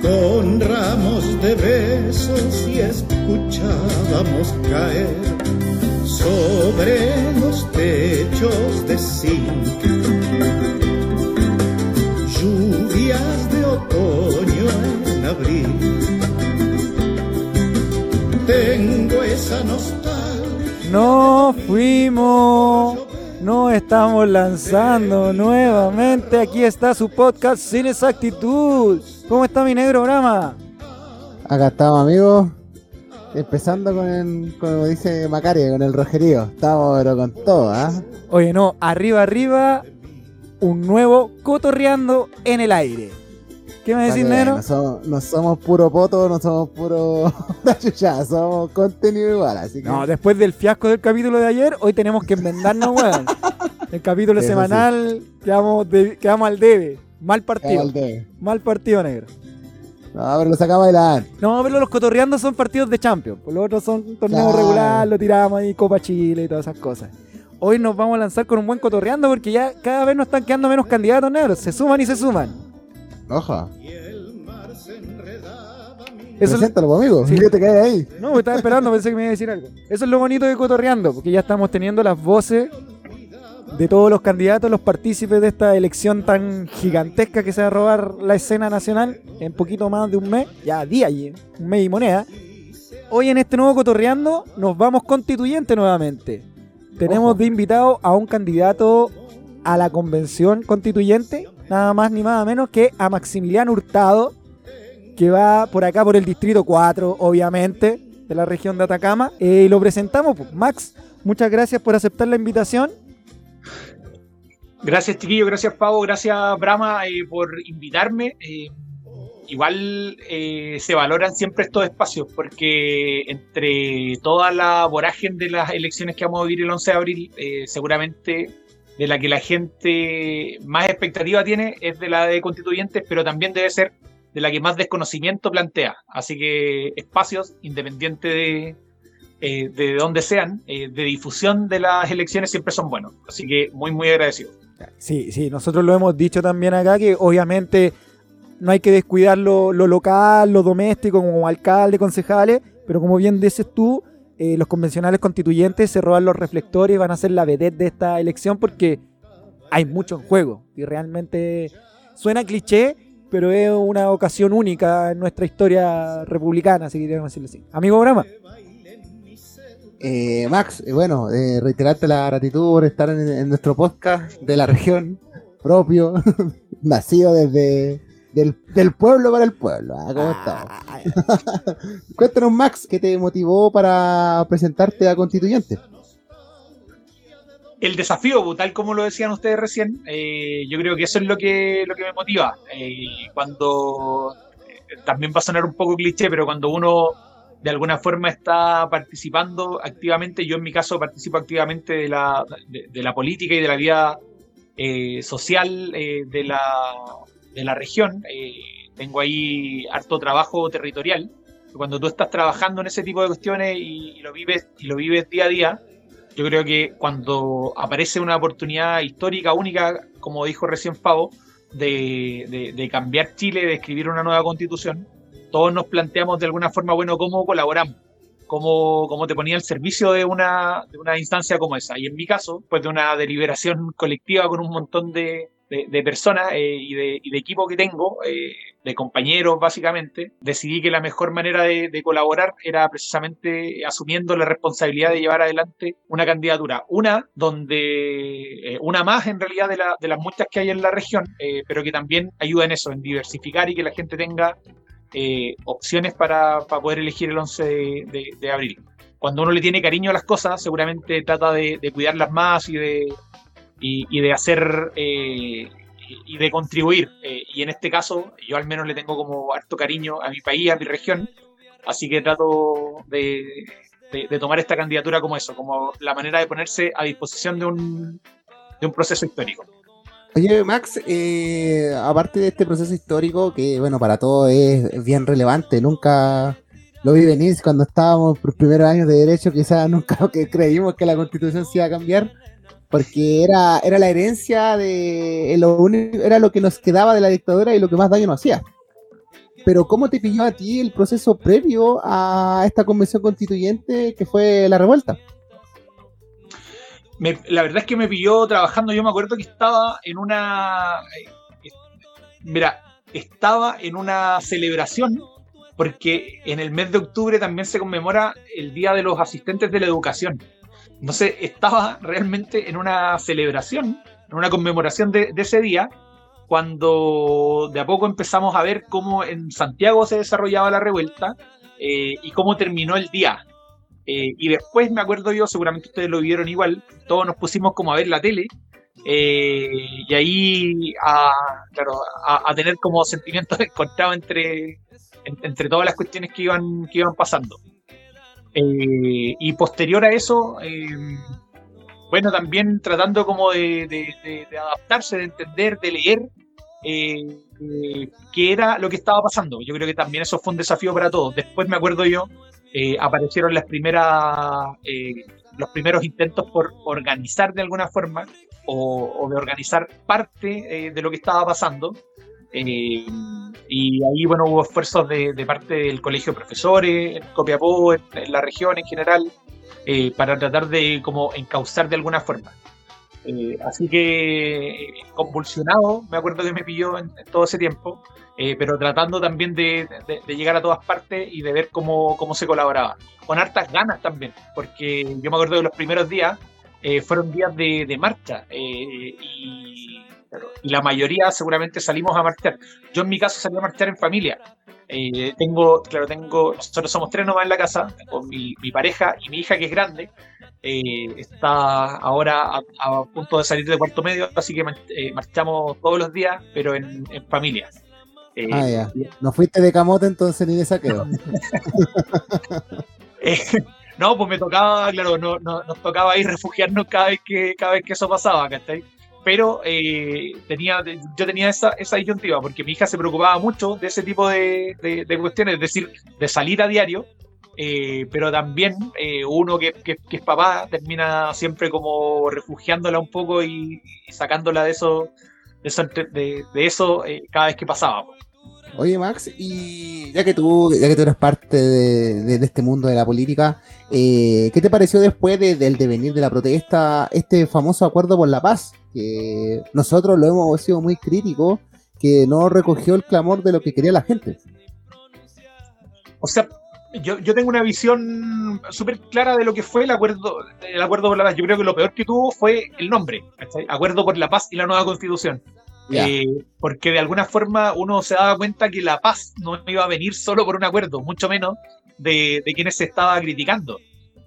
con ramos de besos y escuchábamos caer sobre los techos de zinc lluvias de otoño en abril. Tengo esa nostalgia. Nos fuimos, nos estamos lanzando nuevamente. Aquí está su podcast Sin Exactitud. ¿Cómo está mi negro Brahma? Acá estamos, amigos. Empezando como dice Macario, con el rojerío. Estamos pero con todo, ¿ah? Oye, no, arriba, un nuevo cotorreando en el aire. ¿Qué me decís, negro? No somos puro poto, no somos puro chucha, somos contenido igual, así que... No, después del fiasco del capítulo de ayer, hoy tenemos que enmendarnos, weón. El capítulo Eso semanal, sí. quedamos al debe. Mal partido. Mal partido, negro. No, pero lo sacamos adelante. No, pero los cotorreando son partidos de Champions. Por los otros son torneos Claro. regular, lo tiramos ahí, Copa Chile y todas esas cosas. Hoy nos vamos a lanzar con un buen cotorreando porque ya cada vez nos están quedando menos candidatos negros. Se suman y se suman. Ojo. Eso Preséntalo, pues, amigo. Sí. ¿Qué te cae ahí? No, me estaba esperando, pensé que me iba a decir algo. Eso es lo bonito de cotorreando, porque ya estamos teniendo las voces de todos los candidatos, los partícipes de esta elección tan gigantesca que se va a robar la escena nacional en poquito más de un mes, ya día y un mes y moneda. Hoy en este nuevo cotorreando nos vamos constituyente nuevamente. Tenemos de invitado a un candidato a la convención constituyente, nada más ni nada menos que a Maximiliano Hurtado, que va por acá por el distrito 4, obviamente, de la región de Atacama. Y lo presentamos, pues. Max, muchas gracias por aceptar la invitación. Gracias, chiquillo, gracias, Pavo, gracias, Brahma, por invitarme. Igual se valoran siempre estos espacios, porque entre toda la vorágine de las elecciones que vamos a vivir el 11 de abril, seguramente de la que la gente más expectativa tiene es de la de constituyentes, pero también debe ser de la que más desconocimiento plantea. Así que espacios, independiente de dónde sean, de difusión de las elecciones siempre son buenos. Así que muy, muy agradecido. Sí, nosotros lo hemos dicho también acá, que obviamente no hay que descuidar lo local, lo doméstico, como alcalde, concejales, pero como bien dices tú, los convencionales constituyentes se roban los reflectores y van a ser la vedette de esta elección porque hay mucho en juego y realmente suena cliché, pero es una ocasión única en nuestra historia republicana, si queremos decirlo así. Amigo Brahma. Max, bueno, reiterarte la gratitud por estar en nuestro podcast de la región propio, nacido desde del pueblo para el pueblo. ¿Cómo estamos? Cuéntanos, Max, ¿qué te motivó para presentarte a constituyente? El desafío, tal como lo decían ustedes recién, yo creo que eso es lo que me motiva. Cuando también va a sonar un poco cliché, pero cuando uno de alguna forma está participando activamente, yo en mi caso participo activamente de la política y de la vida social de la región. Tengo ahí harto trabajo territorial. Cuando tú estás trabajando en ese tipo de cuestiones y lo vives día a día, yo creo que cuando aparece una oportunidad histórica única, como dijo recién Pavo, de cambiar Chile, de escribir una nueva constitución, todos nos planteamos de alguna forma, bueno, cómo colaboramos, cómo te ponía al servicio de una instancia como esa. Y en mi caso, pues de una deliberación colectiva con un montón de personas y de equipo que tengo, de compañeros básicamente, decidí que la mejor manera de colaborar era precisamente asumiendo la responsabilidad de llevar adelante una candidatura, una más en realidad de las muchas que hay en la región, pero que también ayuda en eso, en diversificar y que la gente tenga opciones para poder elegir el 11 de abril. Cuando uno le tiene cariño a las cosas, seguramente trata de cuidarlas más y de hacer y de contribuir. Y en este caso, yo al menos le tengo como harto cariño a mi país, a mi región, así que trato de tomar esta candidatura como eso, como la manera de ponerse a disposición de un proceso histórico. Oye, Max, aparte de este proceso histórico, que bueno, para todos es bien relevante, nunca lo vi venir cuando estábamos por primeros años de derecho, quizás nunca que creímos que la Constitución se iba a cambiar, porque era la herencia era lo que nos quedaba de la dictadura y lo que más daño nos hacía. pero ¿cómo te pilló a ti el proceso previo a esta convención constituyente que fue la revuelta? La verdad es que me pilló trabajando. Yo me acuerdo que estaba en estaba en una celebración, porque en el mes de octubre también se conmemora el Día de los Asistentes de la Educación. Entonces estaba realmente en una celebración, en una conmemoración de ese día, cuando de a poco empezamos a ver cómo en Santiago se desarrollaba la revuelta y cómo terminó el día. Y después me acuerdo yo, seguramente ustedes lo vieron igual, todos nos pusimos como a ver la tele y ahí a tener como sentimientos encontrados entre todas las cuestiones que iban pasando. Y posterior a eso, bueno, también tratando como de adaptarse, de entender, de leer qué era lo que estaba pasando. Yo creo que también eso fue un desafío para todos. Después me acuerdo yo, aparecieron los primeros intentos por organizar de alguna forma o de organizar parte de lo que estaba pasando. Y ahí, bueno, hubo esfuerzos de parte del Colegio de Profesores, en Copiapó, en la región en general, para tratar de como encauzar de alguna forma. Así que convulsionado, me acuerdo que me pilló en todo ese tiempo, pero tratando también de llegar a todas partes y de ver cómo se colaboraba. Con hartas ganas también, porque yo me acuerdo de los primeros días fueron días de marcha y la mayoría seguramente salimos a marchar. Yo en mi caso salí a marchar en familia. Nosotros somos 3 nomás en la casa, con mi pareja y mi hija, que es grande. Está ahora a punto de salir de cuarto medio, así que marchamos todos los días, pero en familia. Ya. No fuiste de camote entonces ni de saqueo. No, pues me tocaba, claro, nos tocaba ir refugiarnos cada vez que eso pasaba, ¿cachai? Pero yo tenía esa disyuntiva, porque mi hija se preocupaba mucho de ese tipo de cuestiones, es decir, de salir a diario, pero también uno que es papá termina siempre como refugiándola un poco y sacándola de eso cada vez que pasaba. Oye, Max, y ya que tú eres parte de este mundo de la política, ¿qué te pareció después del devenir de la protesta, este famoso acuerdo por la paz? Que nosotros lo hemos sido muy críticos, que no recogió el clamor de lo que quería la gente. O sea, yo tengo una visión súper clara de lo que fue el acuerdo por la paz. Yo creo que lo peor que tuvo fue el nombre, ¿cachai? Acuerdo por la paz y la nueva constitución. Yeah. Porque de alguna forma uno se daba cuenta que la paz no iba a venir solo por un acuerdo, mucho menos de quienes se estaba criticando.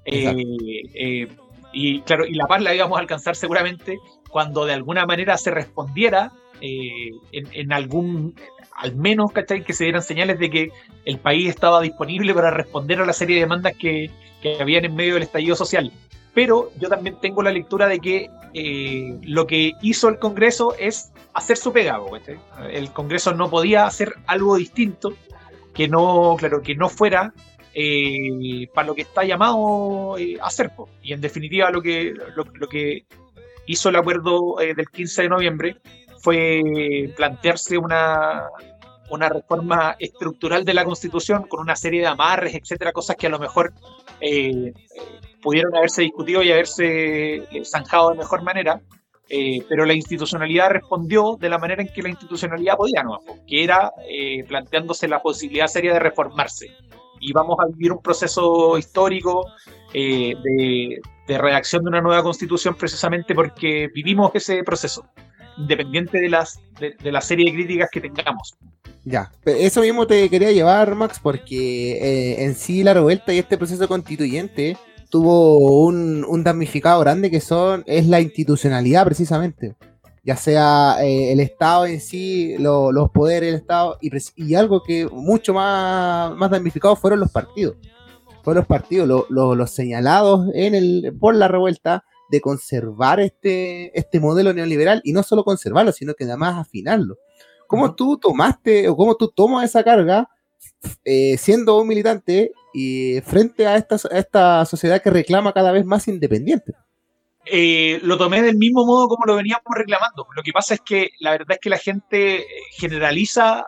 Y claro, y la paz la íbamos a alcanzar seguramente cuando de alguna manera se respondiera en algún, al menos, ¿cachai?, que se dieran señales de que el país estaba disponible para responder a la serie de demandas que habían en medio del estallido social. Pero yo también tengo la lectura de que lo que hizo el Congreso es hacer su pega, ¿cachai? El Congreso no podía hacer algo distinto que no fuera para lo que está llamado a hacer. Y en definitiva lo que hizo el acuerdo del 15 de noviembre fue plantearse una reforma estructural de la Constitución con una serie de amarres, etcétera, cosas que a lo mejor pudieron haberse discutido y haberse zanjado de mejor manera, pero la institucionalidad respondió de la manera en que la institucionalidad podía, ¿no?, que era planteándose la posibilidad seria de reformarse. Y vamos a vivir un proceso histórico de redacción de una nueva Constitución, precisamente porque vivimos ese proceso, independiente de la serie de críticas que tengamos. Ya, eso mismo te quería llevar, Max, porque en sí la revuelta y este proceso constituyente tuvo un damnificado grande es la institucionalidad, precisamente. Ya sea el Estado en sí, los poderes del Estado, y algo que mucho más damnificado fueron los partidos. Fueron los partidos, los señalados por la revuelta de conservar este modelo neoliberal, y no solo conservarlo, sino que además afinarlo. ¿Cómo tú tomaste o cómo tú tomas esa carga siendo un militante y frente a esta sociedad que reclama cada vez más independiente? Lo tomé del mismo modo como lo veníamos reclamando. Lo que pasa es que la verdad es que la gente generaliza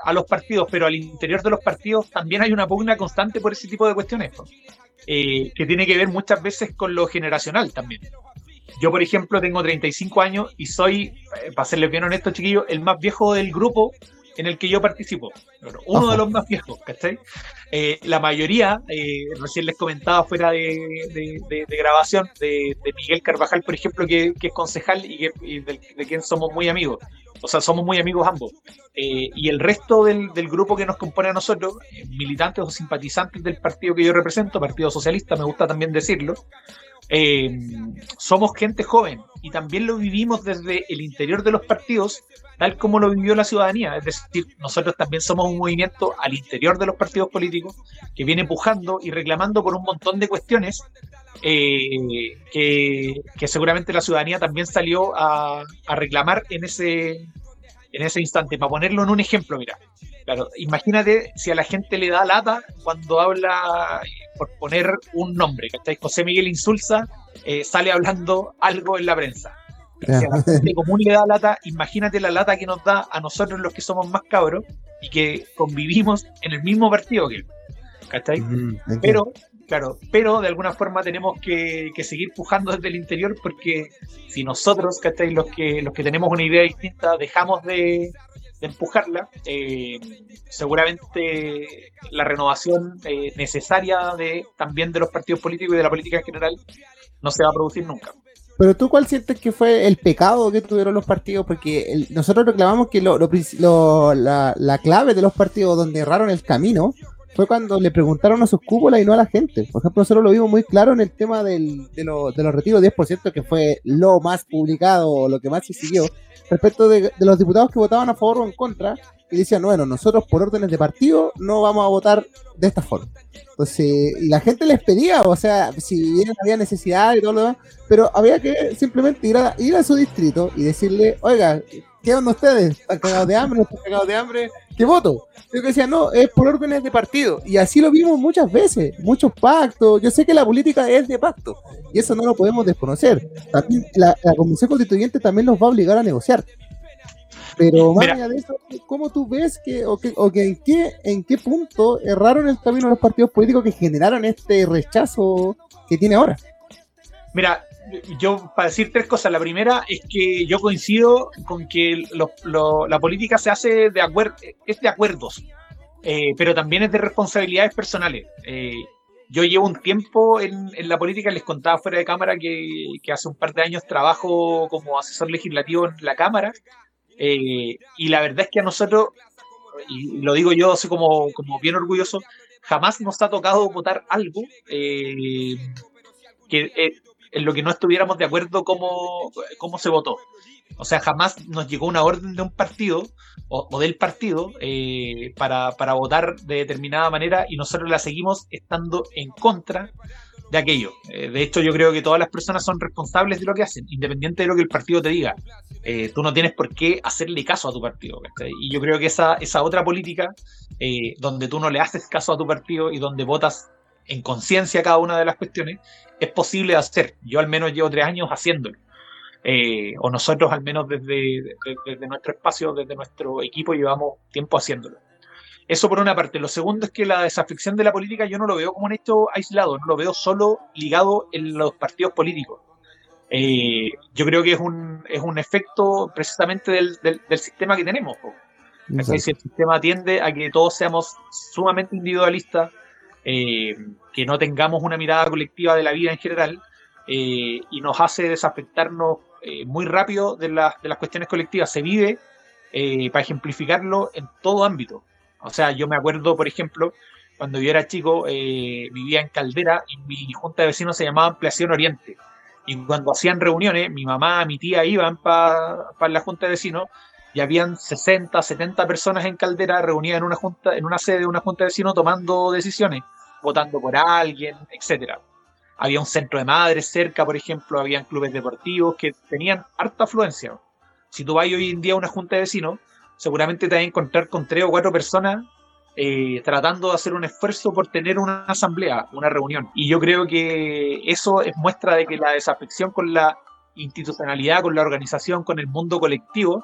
a los partidos, pero al interior de los partidos también hay una pugna constante por ese tipo de cuestiones, ¿no? Que tiene que ver muchas veces con lo generacional también. Yo, por ejemplo, tengo 35 años y soy, para serles bien honesto, chiquillos, el más viejo del grupo en el que yo participo. Uno de los más viejos, ¿cachai? La mayoría, recién les comentaba fuera de grabación, de Miguel Carvajal, por ejemplo, que es concejal y de quien somos muy amigos. O sea, somos muy amigos ambos. Y el resto del grupo que nos compone a nosotros, militantes o simpatizantes del partido que yo represento, Partido Socialista, me gusta también decirlo, somos gente joven y también lo vivimos desde el interior de los partidos, tal como lo vivió la ciudadanía. Es decir, nosotros también somos un movimiento al interior de los partidos políticos que viene empujando y reclamando por un montón de cuestiones que seguramente la ciudadanía también salió a reclamar en ese instante. Para ponerlo en un ejemplo, mira, claro, imagínate si a la gente le da lata cuando habla, por poner un nombre, ¿cachai? José Miguel Insulza sale hablando algo en la prensa. Si a la gente común le da lata, imagínate la lata que nos da a nosotros los que somos más cabros y que convivimos en el mismo partido que él, ¿cachai? Pero de alguna forma tenemos que seguir pujando desde el interior, porque si nosotros, ¿cachai? Los que tenemos una idea distinta dejamos de empujarla, seguramente la renovación necesaria también de los partidos políticos y de la política en general no se va a producir nunca. Pero tú, ¿cuál sientes que fue el pecado que tuvieron los partidos? Porque nosotros reclamamos que la clave de los partidos donde erraron el camino fue cuando le preguntaron a sus cúpulas y no a la gente. Por ejemplo, nosotros lo vimos muy claro en el tema de los retiros 10%, que fue lo más publicado, lo que más se siguió, respecto de los diputados que votaban a favor o en contra, y decían, bueno, nosotros por órdenes de partido no vamos a votar de esta forma. Entonces, y la gente les pedía, o sea, si bien había necesidad y todo lo demás, pero había que simplemente ir a su distrito y decirle, oiga, ¿qué onda ustedes? ¿Están cagados de hambre? ¿No están cagados de hambre? ¿Qué voto? Yo decía, no, es por órdenes de partido. Y así lo vimos muchas veces, muchos pactos. Yo sé que la política es de pacto, y eso no lo podemos desconocer. También la Convención Constituyente también nos va a obligar a negociar. Pero más allá de eso, ¿cómo tú ves en qué punto erraron el camino los partidos políticos que generaron este rechazo que tiene ahora? Mira, yo para decir tres cosas. La primera es que yo coincido con que la política se hace es de acuerdos, pero también es de responsabilidades personales. Yo llevo un tiempo en la política, les contaba fuera de cámara que hace un par de años trabajo como asesor legislativo en la Cámara. Y la verdad es que a nosotros, y lo digo yo así como bien orgulloso, jamás nos ha tocado votar algo en lo que no estuviéramos de acuerdo cómo se votó. O sea, jamás nos llegó una orden de un partido o del partido para votar de determinada manera y nosotros la seguimos estando en contra de aquello. De hecho, yo creo que todas las personas son responsables de lo que hacen, independiente de lo que el partido te diga. Tú no tienes por qué hacerle caso a tu partido, ¿cachai? Y yo creo que esa otra política, donde tú no le haces caso a tu partido y donde votas en conciencia cada una de las cuestiones, es posible de hacer. Yo al menos llevo 3 años haciéndolo. O nosotros al menos desde nuestro espacio, desde nuestro equipo, llevamos tiempo haciéndolo. Eso por una parte. Lo segundo es que la desafección de la política yo no lo veo como un hecho aislado, no lo veo solo ligado en los partidos políticos. Yo creo que es un efecto precisamente del sistema que tenemos. Si el sistema tiende a que todos seamos sumamente individualistas, que no tengamos una mirada colectiva de la vida en general, y nos hace desafectarnos muy rápido de las cuestiones colectivas. Se vive, para ejemplificarlo, en todo ámbito. O sea, yo me acuerdo, por ejemplo, cuando yo era chico, vivía en Caldera y mi junta de vecinos se llamaba Ampliación Oriente. Y cuando hacían reuniones, mi mamá, mi tía iban para la junta de vecinos y habían 60, 70 personas en Caldera reunidas en una sede de una junta de vecinos tomando decisiones, votando por alguien, etcétera. Había un centro de madres cerca, por ejemplo, habían clubes deportivos que tenían harta afluencia. Si tú vas hoy en día a una junta de vecinos, seguramente te vas a encontrar con 3 o 4 personas tratando de hacer un esfuerzo por tener una asamblea, una reunión. Y yo creo que eso es muestra de que la desafección con la institucionalidad, con la organización, con el mundo colectivo,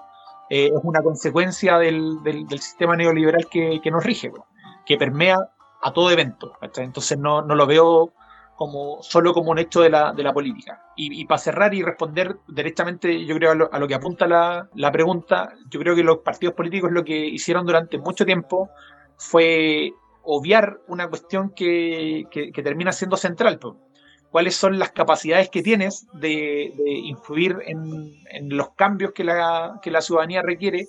es una consecuencia del sistema neoliberal que nos rige, que permea a todo evento, ¿cachai? Entonces no lo veo solo como un hecho de la política. Y para cerrar y responder directamente, yo creo a lo que apunta la pregunta, yo creo que los partidos políticos lo que hicieron durante mucho tiempo fue obviar una cuestión que termina siendo central, pues. ¿Cuáles son las capacidades que tienes de influir en los cambios que la ciudadanía requiere?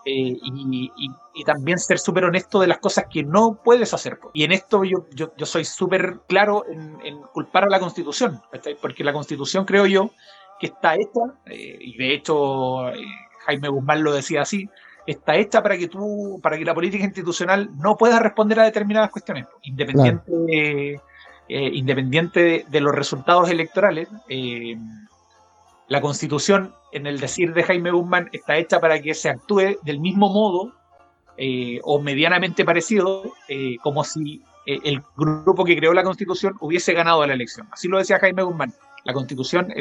Y también ser súper honesto de las cosas que no puedes hacer. Y en esto yo soy súper claro en culpar a la Constitución, ¿cachai? Porque la Constitución, creo yo, que está hecha, y de hecho Jaime Guzmán lo decía así, está hecha para que la política institucional no pueda responder a determinadas cuestiones, independiente de los resultados electorales. La Constitución, en el decir de Jaime Guzmán, está hecha para que se actúe del mismo modo o medianamente parecido, como si el grupo que creó la Constitución hubiese ganado la elección. Así lo decía Jaime Guzmán. La Constitución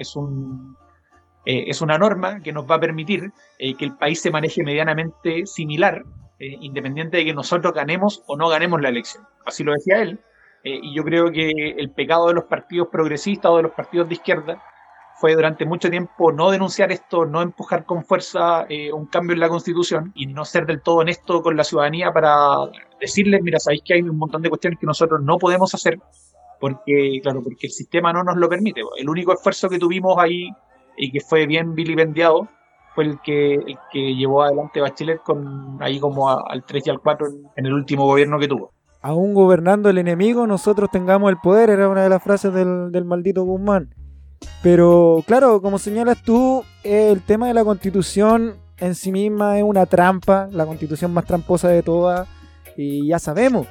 es una norma que nos va a permitir que el país se maneje medianamente similar, independiente de que nosotros ganemos o no ganemos la elección. Así lo decía él. Y yo creo que el pecado de los partidos progresistas o de los partidos de izquierda fue durante mucho tiempo no denunciar esto, no empujar con fuerza un cambio en la Constitución y no ser del todo honesto con la ciudadanía para decirles, mira, sabéis que hay un montón de cuestiones que nosotros no podemos hacer porque el sistema no nos lo permite. El único esfuerzo que tuvimos ahí y que fue bien vilipendiado fue el que llevó adelante Bachelet ahí como al 3 y al 4 en el último gobierno que tuvo. Aún gobernando el enemigo, nosotros tengamos el poder, era una de las frases del maldito Guzmán. Pero claro, como señalas tú, el tema de la Constitución en sí misma es una trampa, la Constitución más tramposa de todas, y ya sabemos.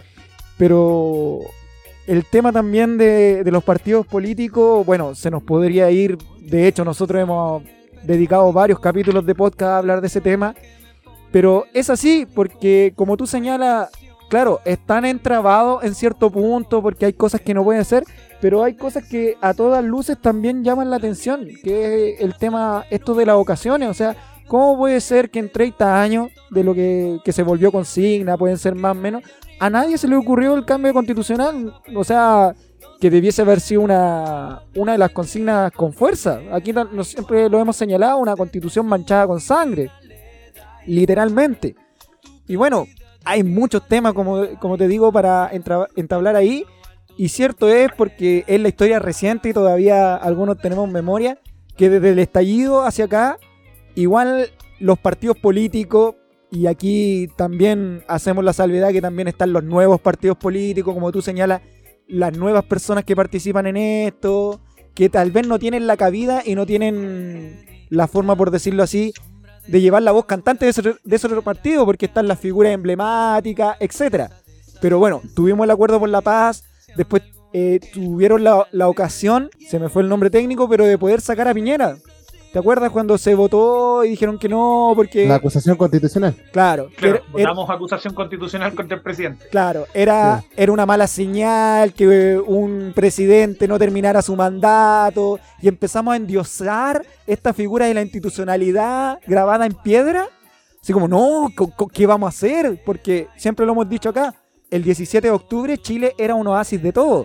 Pero el tema también de los partidos políticos, bueno, se nos podría ir. De hecho, nosotros hemos dedicado varios capítulos de podcast a hablar de ese tema. Pero es así, porque como tú señalas, claro, están entrabados en cierto punto porque hay cosas que no pueden hacer, pero hay cosas que a todas luces también llaman la atención, que es el tema esto de las vocaciones. O sea, ¿cómo puede ser que en 30 años de lo que se volvió consigna, pueden ser más o menos, a nadie se le ocurrió el cambio constitucional? O sea, que debiese haber sido una de las consignas con fuerza. Aquí siempre lo hemos señalado, una constitución manchada con sangre, literalmente. Y bueno, hay muchos temas, como te digo, para entablar ahí. Y cierto es, porque es la historia reciente y todavía algunos tenemos memoria, que desde el estallido hacia acá, igual los partidos políticos, y aquí también hacemos la salvedad que también están los nuevos partidos políticos, como tú señalas, las nuevas personas que participan en esto, que tal vez no tienen la cabida y no tienen la forma, por decirlo así, de llevar la voz cantante de ese partido, porque están las figuras emblemáticas, etcétera. Pero bueno, tuvimos el acuerdo por la paz, después tuvieron la ocasión, se me fue el nombre técnico, pero de poder sacar a Piñera. ¿Te acuerdas cuando se votó y dijeron que no? Porque la acusación constitucional. Claro. Votamos acusación constitucional contra el presidente. Claro, era una mala señal que un presidente no terminara su mandato, y empezamos a endiosar esta figura de la institucionalidad grabada en piedra. Así como, no, ¿qué vamos a hacer? Porque siempre lo hemos dicho acá, el 17 de octubre Chile era un oasis de todo,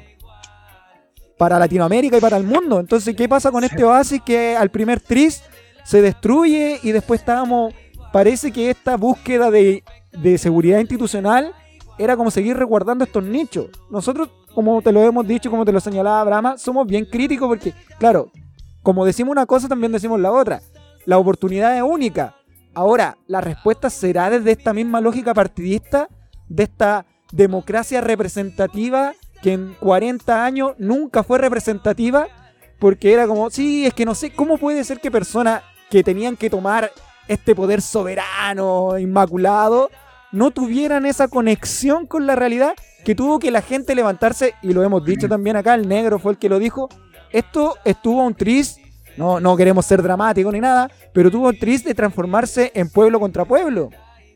para Latinoamérica y para el mundo. Entonces, ¿qué pasa con este oasis que al primer tris se destruye y después parece que esta búsqueda de seguridad institucional era como seguir resguardando estos nichos? Nosotros, como te lo hemos dicho, como te lo señalaba Brahma, somos bien críticos porque, claro, como decimos una cosa, también decimos la otra. La oportunidad es única. Ahora, la respuesta será desde esta misma lógica partidista, de esta democracia representativa que en 40 años nunca fue representativa, porque era como, sí, es que no sé, ¿cómo puede ser que personas que tenían que tomar este poder soberano, inmaculado, no tuvieran esa conexión con la realidad que tuvo que la gente levantarse? Y lo hemos dicho también acá, el negro fue el que lo dijo, esto estuvo a un tris, no queremos ser dramáticos ni nada, pero tuvo un tris de transformarse en pueblo contra pueblo.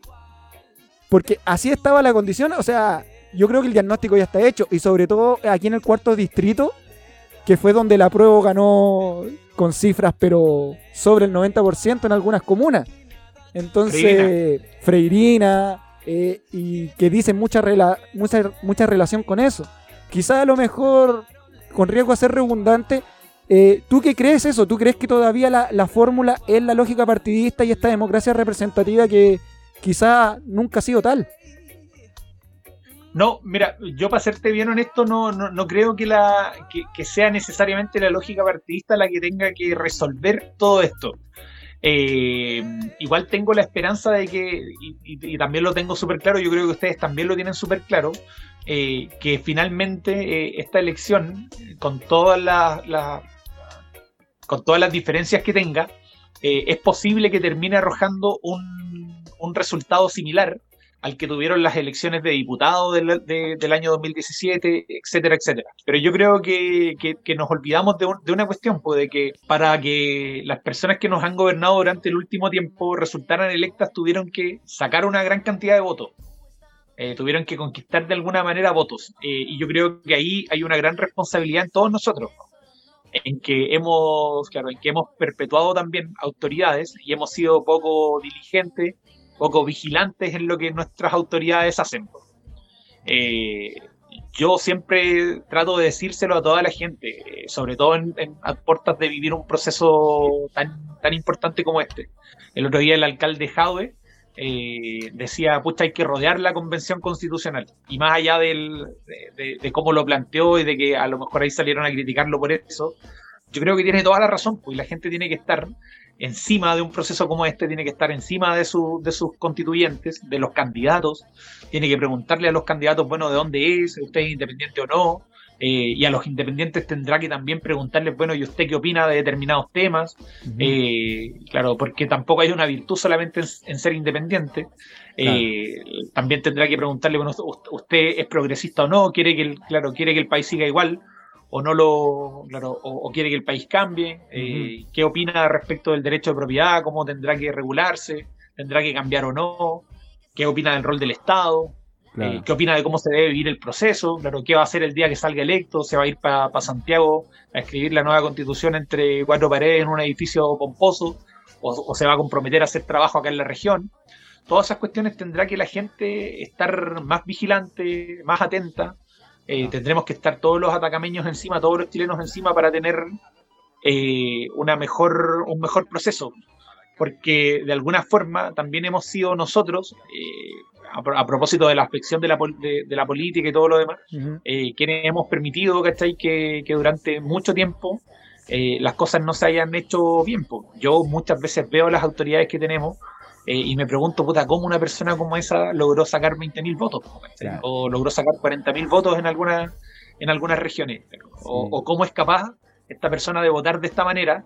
Porque así estaba la condición, o sea, yo creo que el diagnóstico ya está hecho, y sobre todo aquí en el 4º distrito, que fue donde la prueba ganó con cifras, pero sobre el 90% en algunas comunas. Entonces, Freirina, y que dicen mucha relación con eso. Quizá a lo mejor, con riesgo a ser redundante, ¿tú qué crees eso? ¿Tú crees que todavía la fórmula es la lógica partidista y esta democracia representativa que quizá nunca ha sido tal? No, mira, yo para serte bien honesto, no creo que sea necesariamente la lógica partidista la que tenga que resolver todo esto. Igual tengo la esperanza de que, y también lo tengo súper claro, yo creo que ustedes también lo tienen súper claro, que finalmente esta elección, con todas las diferencias que tenga, es posible que termine arrojando un resultado similar al que tuvieron las elecciones de diputados del año 2017, etcétera, etcétera. Pero yo creo que nos olvidamos de una cuestión, pues, de que para que las personas que nos han gobernado durante el último tiempo resultaran electas tuvieron que sacar una gran cantidad de votos. Tuvieron que conquistar de alguna manera votos. Y yo creo que ahí hay una gran responsabilidad en todos nosotros, ¿no? En que hemos perpetuado también autoridades y hemos sido poco diligentes, poco vigilantes en lo que nuestras autoridades hacen. Yo siempre trato de decírselo a toda la gente, sobre todo a puertas de vivir un proceso tan importante como este. El otro día el alcalde Jadwe decía, pucha, hay que rodear la convención constitucional. Y más allá de cómo lo planteó y de que a lo mejor ahí salieron a criticarlo por eso, yo creo que tiene toda la razón, pues la gente tiene que estar encima de un proceso como este, tiene que estar encima de sus constituyentes, de los candidatos, tiene que preguntarle a los candidatos, bueno, de dónde es, usted es independiente o no, y a los independientes tendrá que también preguntarles, bueno, ¿y usted qué opina de determinados temas? Claro, porque tampoco hay una virtud solamente en ser independiente. También tendrá que preguntarle, bueno, ¿usted es progresista o no? ¿Quiere que el país siga igual? O no o quiere que el país cambie, qué opina respecto del derecho de propiedad, cómo tendrá que regularse, tendrá que cambiar o no, qué opina del rol del Estado, qué opina de cómo se debe vivir el proceso, qué va a hacer el día que salga electo, se va a ir para Santiago a escribir la nueva constitución entre cuatro paredes en un edificio pomposo, o se va a comprometer a hacer trabajo acá en la región. Todas esas cuestiones tendrá que la gente estar más vigilante, más atenta. Tendremos que estar todos los atacameños encima, todos los chilenos encima para tener un mejor proceso, porque de alguna forma también hemos sido nosotros, a propósito de la afección de la política y todo lo demás, quienes hemos permitido, ¿cachai?, que durante mucho tiempo las cosas no se hayan hecho bien. Yo muchas veces veo las autoridades que tenemos y me pregunto, puta, ¿cómo una persona como esa logró sacar 20.000 votos? Claro. O logró sacar 40.000 votos en algunas regiones. O cómo es capaz esta persona de votar de esta manera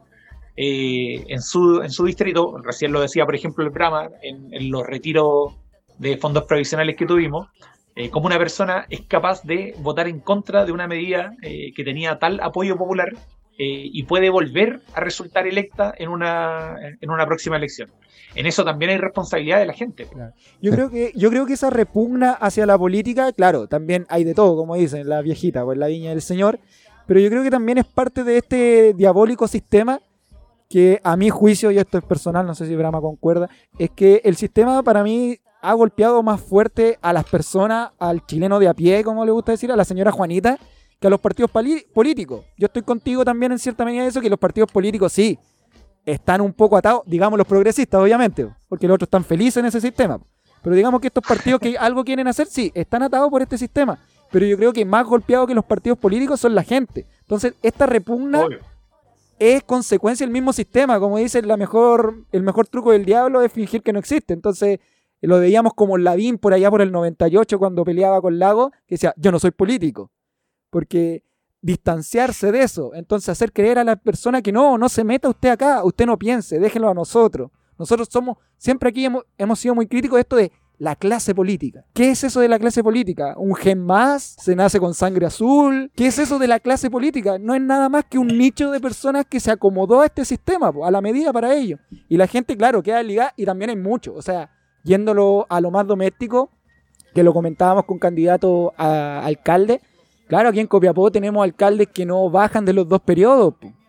en su distrito. Recién lo decía, por ejemplo, el Brahma, en los retiros de fondos provisionales que tuvimos, cómo una persona es capaz de votar en contra de una medida que tenía tal apoyo popular y puede volver a resultar electa en una próxima elección. En eso también hay responsabilidad de la gente. Claro. Yo creo que esa repugna hacia la política, claro, también hay de todo, como dicen, la viejita, pues la viña del señor, pero yo creo que también es parte de este diabólico sistema que, a mi juicio, y esto es personal, no sé si Brahma concuerda, es que el sistema para mí ha golpeado más fuerte a las personas, al chileno de a pie, como le gusta decir, a la señora Juanita, que a los partidos políticos. Yo estoy contigo también en cierta medida de eso, que los partidos políticos sí están un poco atados, digamos los progresistas, obviamente, porque los otros están felices en ese sistema. Pero digamos que estos partidos que algo quieren hacer, sí, están atados por este sistema. Pero yo creo que más golpeados que los partidos políticos son la gente. Entonces, esta repugna es consecuencia del mismo sistema. Como dicen, el mejor truco del diablo es fingir que no existe. Entonces, lo veíamos como Lavín por allá por el 98, cuando peleaba con Lago, que decía, yo no soy político. Porque distanciarse de eso, entonces hacer creer a la persona que no se meta usted acá, usted no piense, déjenlo a nosotros. Nosotros siempre aquí hemos sido muy críticos de esto de la clase política. ¿Qué es eso de la clase política? ¿Un gen más? ¿Se nace con sangre azul? ¿Qué es eso de la clase política? No es nada más que un nicho de personas que se acomodó a este sistema, a la medida para ello. Y la gente, claro, queda ligada, y también hay mucho. O sea, yéndolo a lo más doméstico, que lo comentábamos con candidato a alcalde. Claro, aquí en Copiapó tenemos alcaldes que no bajan de los 2 periodos.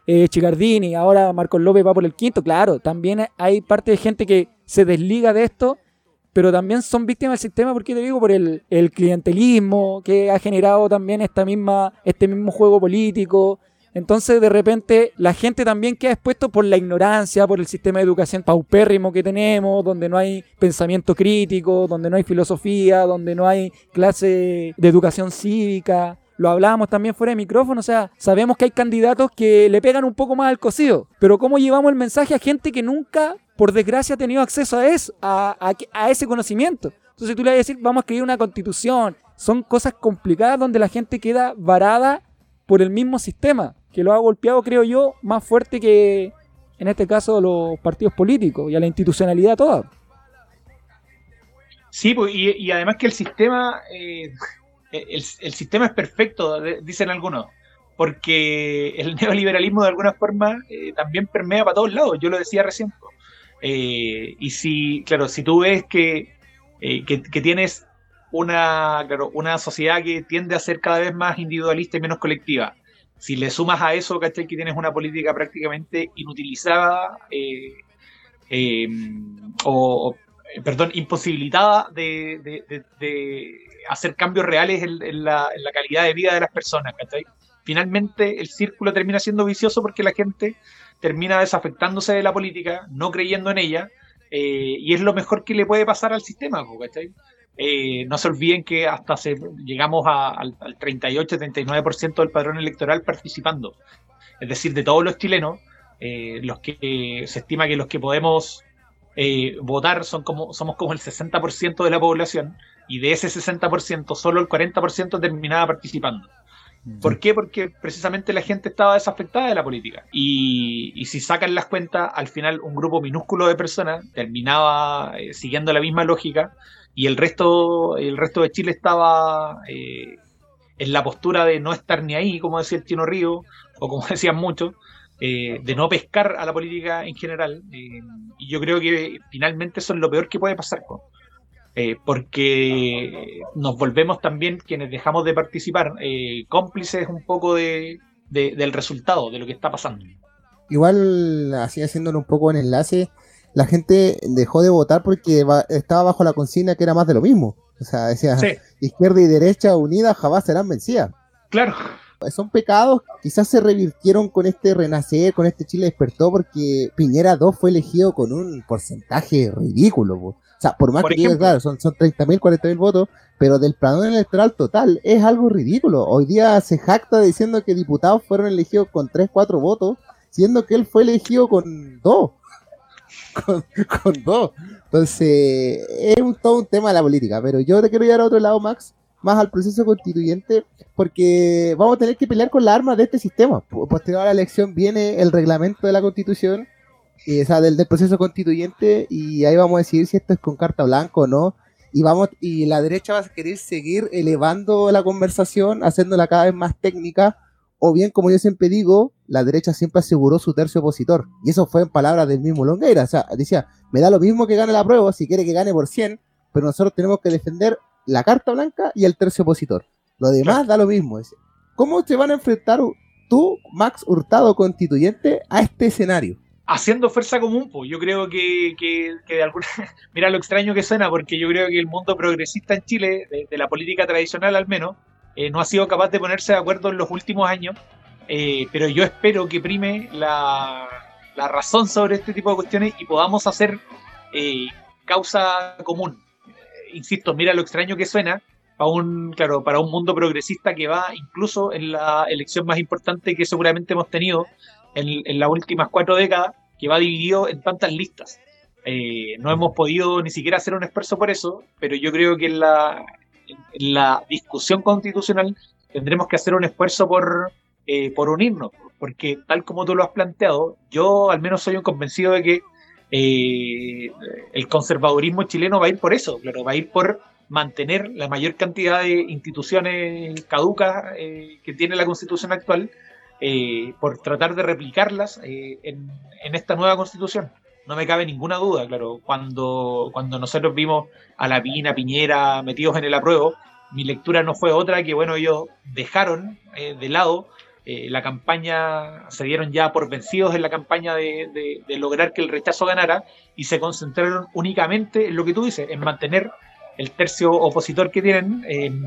Chicardini, ahora Marcos López va por el quinto. Claro, también hay parte de gente que se desliga de esto, pero también son víctimas del sistema, porque te digo, por el clientelismo que ha generado también este mismo juego político. Entonces, de repente, la gente también queda expuesto por la ignorancia, por el sistema de educación paupérrimo que tenemos, donde no hay pensamiento crítico, donde no hay filosofía, donde no hay clase de educación cívica. Lo hablábamos también fuera de micrófono, o sea, sabemos que hay candidatos que le pegan un poco más al cocido, pero ¿cómo llevamos el mensaje a gente que nunca, por desgracia, ha tenido acceso a eso, a ese conocimiento? Entonces tú le vas a decir, vamos a escribir una constitución. Son cosas complicadas donde la gente queda varada por el mismo sistema, que lo ha golpeado, creo yo, más fuerte que, en este caso, los partidos políticos y a la institucionalidad toda. Sí, pues, y además que el sistema, el sistema es perfecto, dicen algunos, porque el neoliberalismo de alguna forma también permea para todos lados, yo lo decía recién. Y si tú ves que tienes una sociedad que tiende a ser cada vez más individualista y menos colectiva, si le sumas a eso, ¿cachai? Que tienes una política prácticamente inutilizada imposibilitada de hacer cambios reales en la calidad de vida de las personas, ¿cachai? Finalmente el círculo termina siendo vicioso porque la gente termina desafectándose de la política, no creyendo en ella, y es lo mejor que le puede pasar al sistema, ¿cachai? No se olviden que hasta llegamos al 38-39% del padrón electoral participando. Es decir, de todos los chilenos, los que se estima que los que podemos votar somos como el 60% de la población, y de ese 60% solo el 40% terminaba participando. ¿Por qué? Porque precisamente la gente estaba desafectada de la política. Y si sacan las cuentas, al final un grupo minúsculo de personas terminaba siguiendo la misma lógica, y el resto de Chile estaba en la postura de no estar ni ahí, como decía el Chino Río, o como decían muchos, de no pescar a la política en general. Y yo creo que finalmente eso es lo peor que puede pasar, porque nos volvemos también, quienes dejamos de participar, cómplices un poco del resultado, de lo que está pasando. Igual, así haciéndolo un poco en enlace, la gente dejó de votar porque estaba bajo la consigna que era más de lo mismo. O sea, decía, sí, izquierda y derecha unidas jamás serán vencidas. Claro. Son pecados, quizás se revirtieron con este renacer, con este Chile despertó, porque Piñera 2 fue elegido con un porcentaje ridículo, po. O sea, por más que diga, claro, son 30.000, 40.000 votos, pero del padrón electoral total es algo ridículo. Hoy día se jacta diciendo que diputados fueron elegidos con 3, 4 votos, siendo que él fue elegido con 2. Con 2. Entonces, es todo un tema de la política, pero yo te quiero llevar a otro lado, Max, más al proceso constituyente, porque vamos a tener que pelear con las armas de este sistema. Posterior a la elección viene el reglamento de la Constitución, o sea, del proceso constituyente, y ahí vamos a decidir si esto es con carta blanca o no, y la derecha va a querer seguir elevando la conversación, haciéndola cada vez más técnica, o bien, como yo siempre digo, la derecha siempre aseguró su tercio opositor, y eso fue en palabras del mismo Longueira. O sea, decía, me da lo mismo que gane la prueba, si quiere que gane por 100, pero nosotros tenemos que defender la carta blanca y el tercio opositor. Lo demás da lo mismo. ¿Cómo se van a enfrentar tú, Max Hurtado, constituyente, a este escenario? Haciendo fuerza común, pues. Yo creo que de alguna... Mira lo extraño que suena, porque yo creo que el mundo progresista en Chile, de la política tradicional al menos, no ha sido capaz de ponerse de acuerdo en los últimos años, pero yo espero que prime la razón sobre este tipo de cuestiones y podamos hacer causa común. Insisto, mira lo extraño que suena para un mundo progresista que va incluso en la elección más importante que seguramente hemos tenido en las últimas 4 décadas, que va dividido en tantas listas. No hemos podido ni siquiera hacer un esfuerzo por eso, pero yo creo que en la discusión constitucional tendremos que hacer un esfuerzo por unirnos, porque tal como tú lo has planteado, yo al menos soy un convencido de que el conservadurismo chileno va a ir por eso, claro, va a ir por mantener la mayor cantidad de instituciones caducas que tiene la Constitución actual, por tratar de replicarlas en esta nueva Constitución. No me cabe ninguna duda, claro, cuando nosotros vimos a Lavín, a Piñera metidos en el apruebo, mi lectura no fue otra que, bueno, ellos dejaron de lado la campaña, se dieron ya por vencidos en la campaña de lograr que el rechazo ganara y se concentraron únicamente en lo que tú dices, en mantener el tercio opositor que tienen.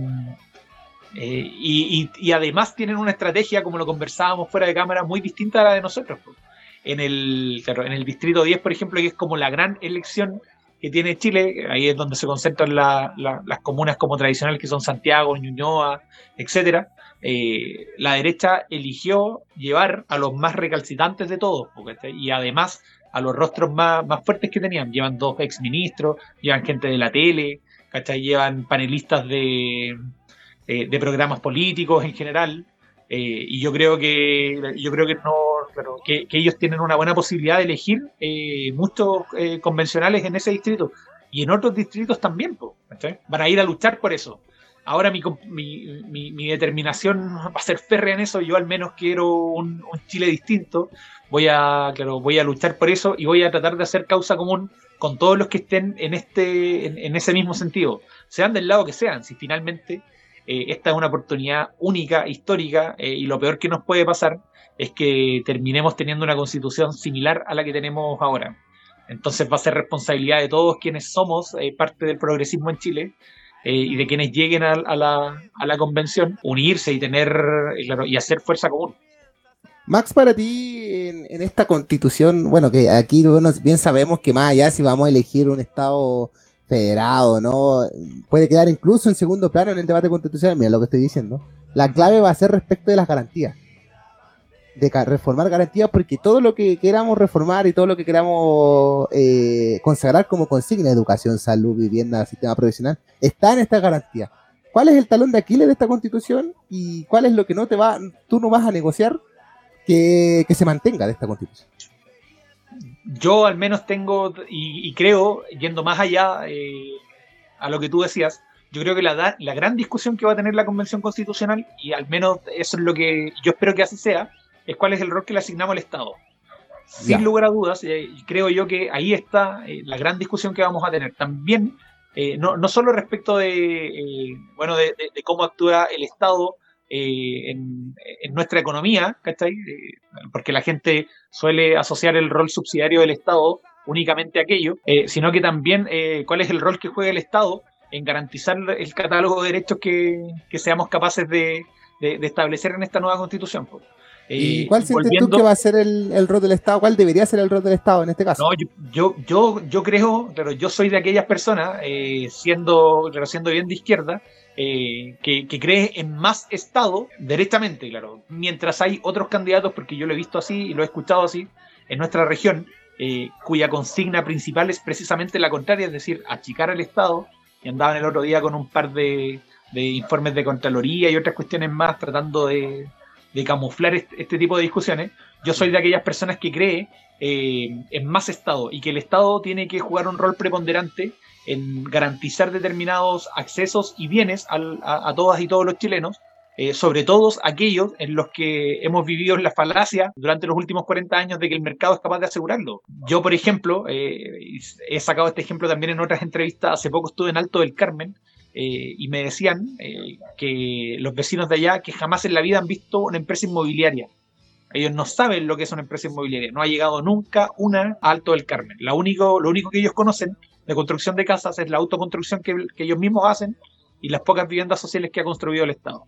Y además tienen una estrategia, como lo conversábamos fuera de cámara, muy distinta a la de nosotros. En el distrito 10, por ejemplo, que es como la gran elección que tiene Chile, ahí es donde se concentran las comunas como tradicionales, que son Santiago, Ñuñoa, etcétera. La derecha eligió llevar a los más recalcitrantes de todos, y además a los rostros más fuertes que tenían. Llevan 2 exministros, llevan gente de la tele, ¿cachai? Llevan panelistas de programas políticos en general, y yo creo que no, claro, que ellos tienen una buena posibilidad de elegir muchos convencionales en ese distrito y en otros distritos también, ¿cachai? Van a ir a luchar por eso. Ahora mi determinación va a ser férrea en eso. Yo al menos quiero un Chile distinto. Voy a luchar por eso y voy a tratar de hacer causa común con todos los que estén en ese mismo sentido, sean del lado que sean. Si finalmente esta es una oportunidad única, histórica, y lo peor que nos puede pasar es que terminemos teniendo una constitución similar a la que tenemos ahora. Entonces va a ser responsabilidad de todos quienes somos parte del progresismo en Chile, y de quienes lleguen a la convención, unirse y y hacer fuerza común. Max, para ti, en esta constitución, bueno, que aquí bueno, bien sabemos que más allá si vamos a elegir un estado federado, ¿no? Puede quedar incluso en segundo plano en el debate constitucional. Mira lo que estoy diciendo. La clave va a ser respecto de las garantías. De reformar garantías, porque todo lo que queramos reformar y todo lo que queramos consagrar como consigna, educación, salud, vivienda, sistema profesional, está en esta garantía. ¿Cuál es el talón de Aquiles de esta constitución y cuál es lo que tú no vas a negociar que se mantenga de esta constitución? Yo al menos tengo, y creo, yendo más allá a lo que tú decías, yo creo que la gran discusión que va a tener la Convención Constitucional, y al menos eso es lo que yo espero que así sea, es cuál es el rol que le asignamos al Estado. Sin lugar a dudas, creo yo que ahí está la gran discusión que vamos a tener. También, no solo respecto de cómo actúa el Estado en nuestra economía, ¿cachai? Porque la gente suele asociar el rol subsidiario del Estado únicamente a aquello, sino que también cuál es el rol que juega el Estado en garantizar el catálogo de derechos que seamos capaces de establecer en esta nueva Constitución. ¿Y cuál sientes tú que va a ser el rol del Estado? ¿Cuál debería ser el rol del Estado en este caso? No, yo creo, pero yo soy de aquellas personas, siendo bien de izquierda, que cree en más Estado directamente, claro. Mientras hay otros candidatos, porque yo lo he visto así y lo he escuchado así en nuestra región, cuya consigna principal es precisamente la contraria, es decir, achicar al Estado, y andaban el otro día con un par de informes de Contraloría y otras cuestiones más tratando de camuflar este tipo de discusiones. Yo soy de aquellas personas que cree en más Estado y que el Estado tiene que jugar un rol preponderante en garantizar determinados accesos y bienes a todas y todos los chilenos, sobre todo aquellos en los que hemos vivido la falacia durante los últimos 40 años de que el mercado es capaz de asegurarlo. Yo, por ejemplo, he sacado este ejemplo también en otras entrevistas. Hace poco estuve en Alto del Carmen, y me decían que los vecinos de allá que jamás en la vida han visto una empresa inmobiliaria. Ellos no saben lo que es una empresa inmobiliaria. No ha llegado nunca una a Alto del Carmen. Lo único que ellos conocen de construcción de casas es la autoconstrucción que ellos mismos hacen y las pocas viviendas sociales que ha construido el Estado.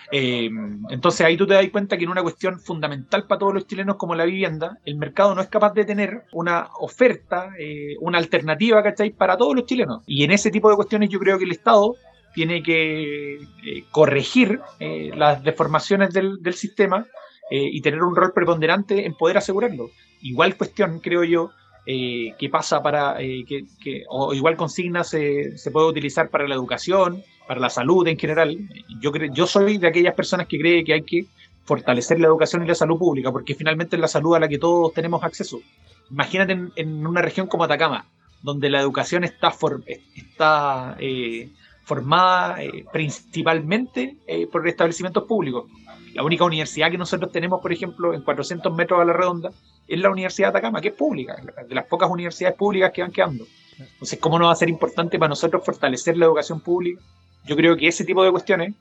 Entonces ahí tú te das cuenta que en una cuestión fundamental para todos los chilenos como la vivienda, el mercado no es capaz de tener una oferta, una alternativa, ¿cachai?, para todos los chilenos. Y en ese tipo de cuestiones yo creo que el Estado tiene que corregir las deformaciones del sistema, y tener un rol preponderante en poder asegurarlo. Igual cuestión, creo yo, que pasa o igual consigna se puede utilizar para la educación, para la salud en general. Yo soy de aquellas personas que cree que hay que fortalecer la educación y la salud pública, porque finalmente es la salud a la que todos tenemos acceso. Imagínate en una región como Atacama, donde la educación está formada principalmente por establecimientos públicos. La única universidad que nosotros tenemos, por ejemplo, en 400 metros a la redonda, es la Universidad de Atacama, que es pública, de las pocas universidades públicas que van quedando. Entonces, ¿cómo no va a ser importante para nosotros fortalecer la educación pública? Yo creo que ese tipo de cuestiones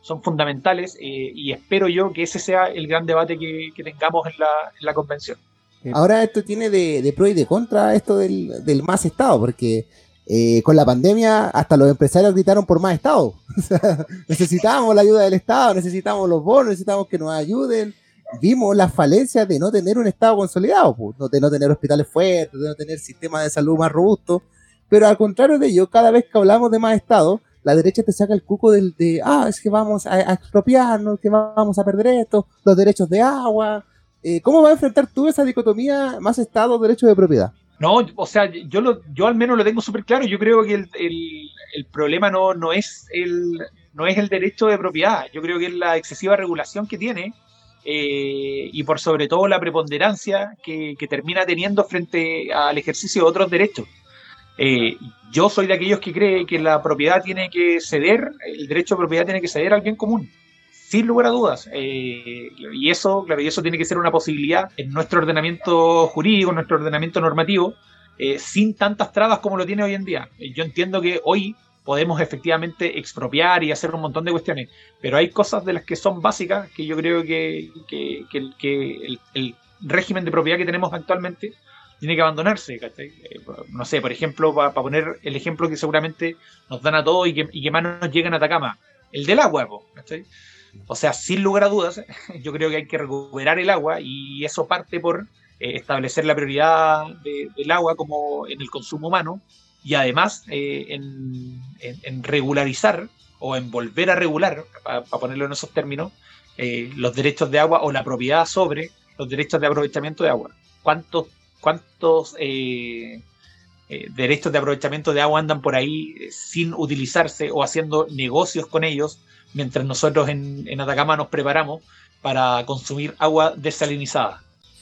son fundamentales y espero yo que ese sea el gran debate que tengamos en la convención. Ahora esto tiene de pro y de contra esto del más Estado, porque con la pandemia hasta los empresarios gritaron por más Estado. O sea, necesitamos la ayuda del Estado, necesitamos los bonos, necesitamos que nos ayuden. Vimos las falencias de no tener un Estado consolidado, pues, de no tener hospitales fuertes, de no tener sistemas de salud más robustos. Pero al contrario de ello, cada vez que hablamos de más Estado, la derecha te saca el cuco es que vamos a expropiarnos, que vamos a perder esto, los derechos de agua. ¿Cómo vas a enfrentar tú esa dicotomía más Estado, derechos de propiedad? No, o sea, yo al menos lo tengo súper claro. Yo creo que el problema no es el derecho de propiedad. Yo creo que es la excesiva regulación que tiene y por sobre todo la preponderancia que termina teniendo frente al ejercicio de otros derechos. Yo soy de aquellos que cree que la propiedad tiene que ceder, el derecho de propiedad tiene que ceder al bien común, sin lugar a dudas. Y eso tiene que ser una posibilidad en nuestro ordenamiento jurídico, en nuestro ordenamiento normativo, sin tantas trabas como lo tiene hoy en día. Yo entiendo que hoy podemos efectivamente expropiar y hacer un montón de cuestiones, pero hay cosas de las que son básicas que yo creo que el régimen de propiedad que tenemos actualmente tiene que abandonarse, ¿cachai? No sé, por ejemplo, para poner el ejemplo que seguramente nos dan a todos y que más nos llegan a Atacama, el del agua, ¿cachai? O sea, sin lugar a dudas, yo creo que hay que recuperar el agua y eso parte por establecer la prioridad del agua como en el consumo humano y además en regularizar o en volver a regular, para ponerlo en esos términos, los derechos de agua o la propiedad sobre los derechos de aprovechamiento de agua. ¿Cuántos derechos de aprovechamiento de agua andan por ahí sin utilizarse o haciendo negocios con ellos mientras nosotros en Atacama nos preparamos para consumir agua desalinizada?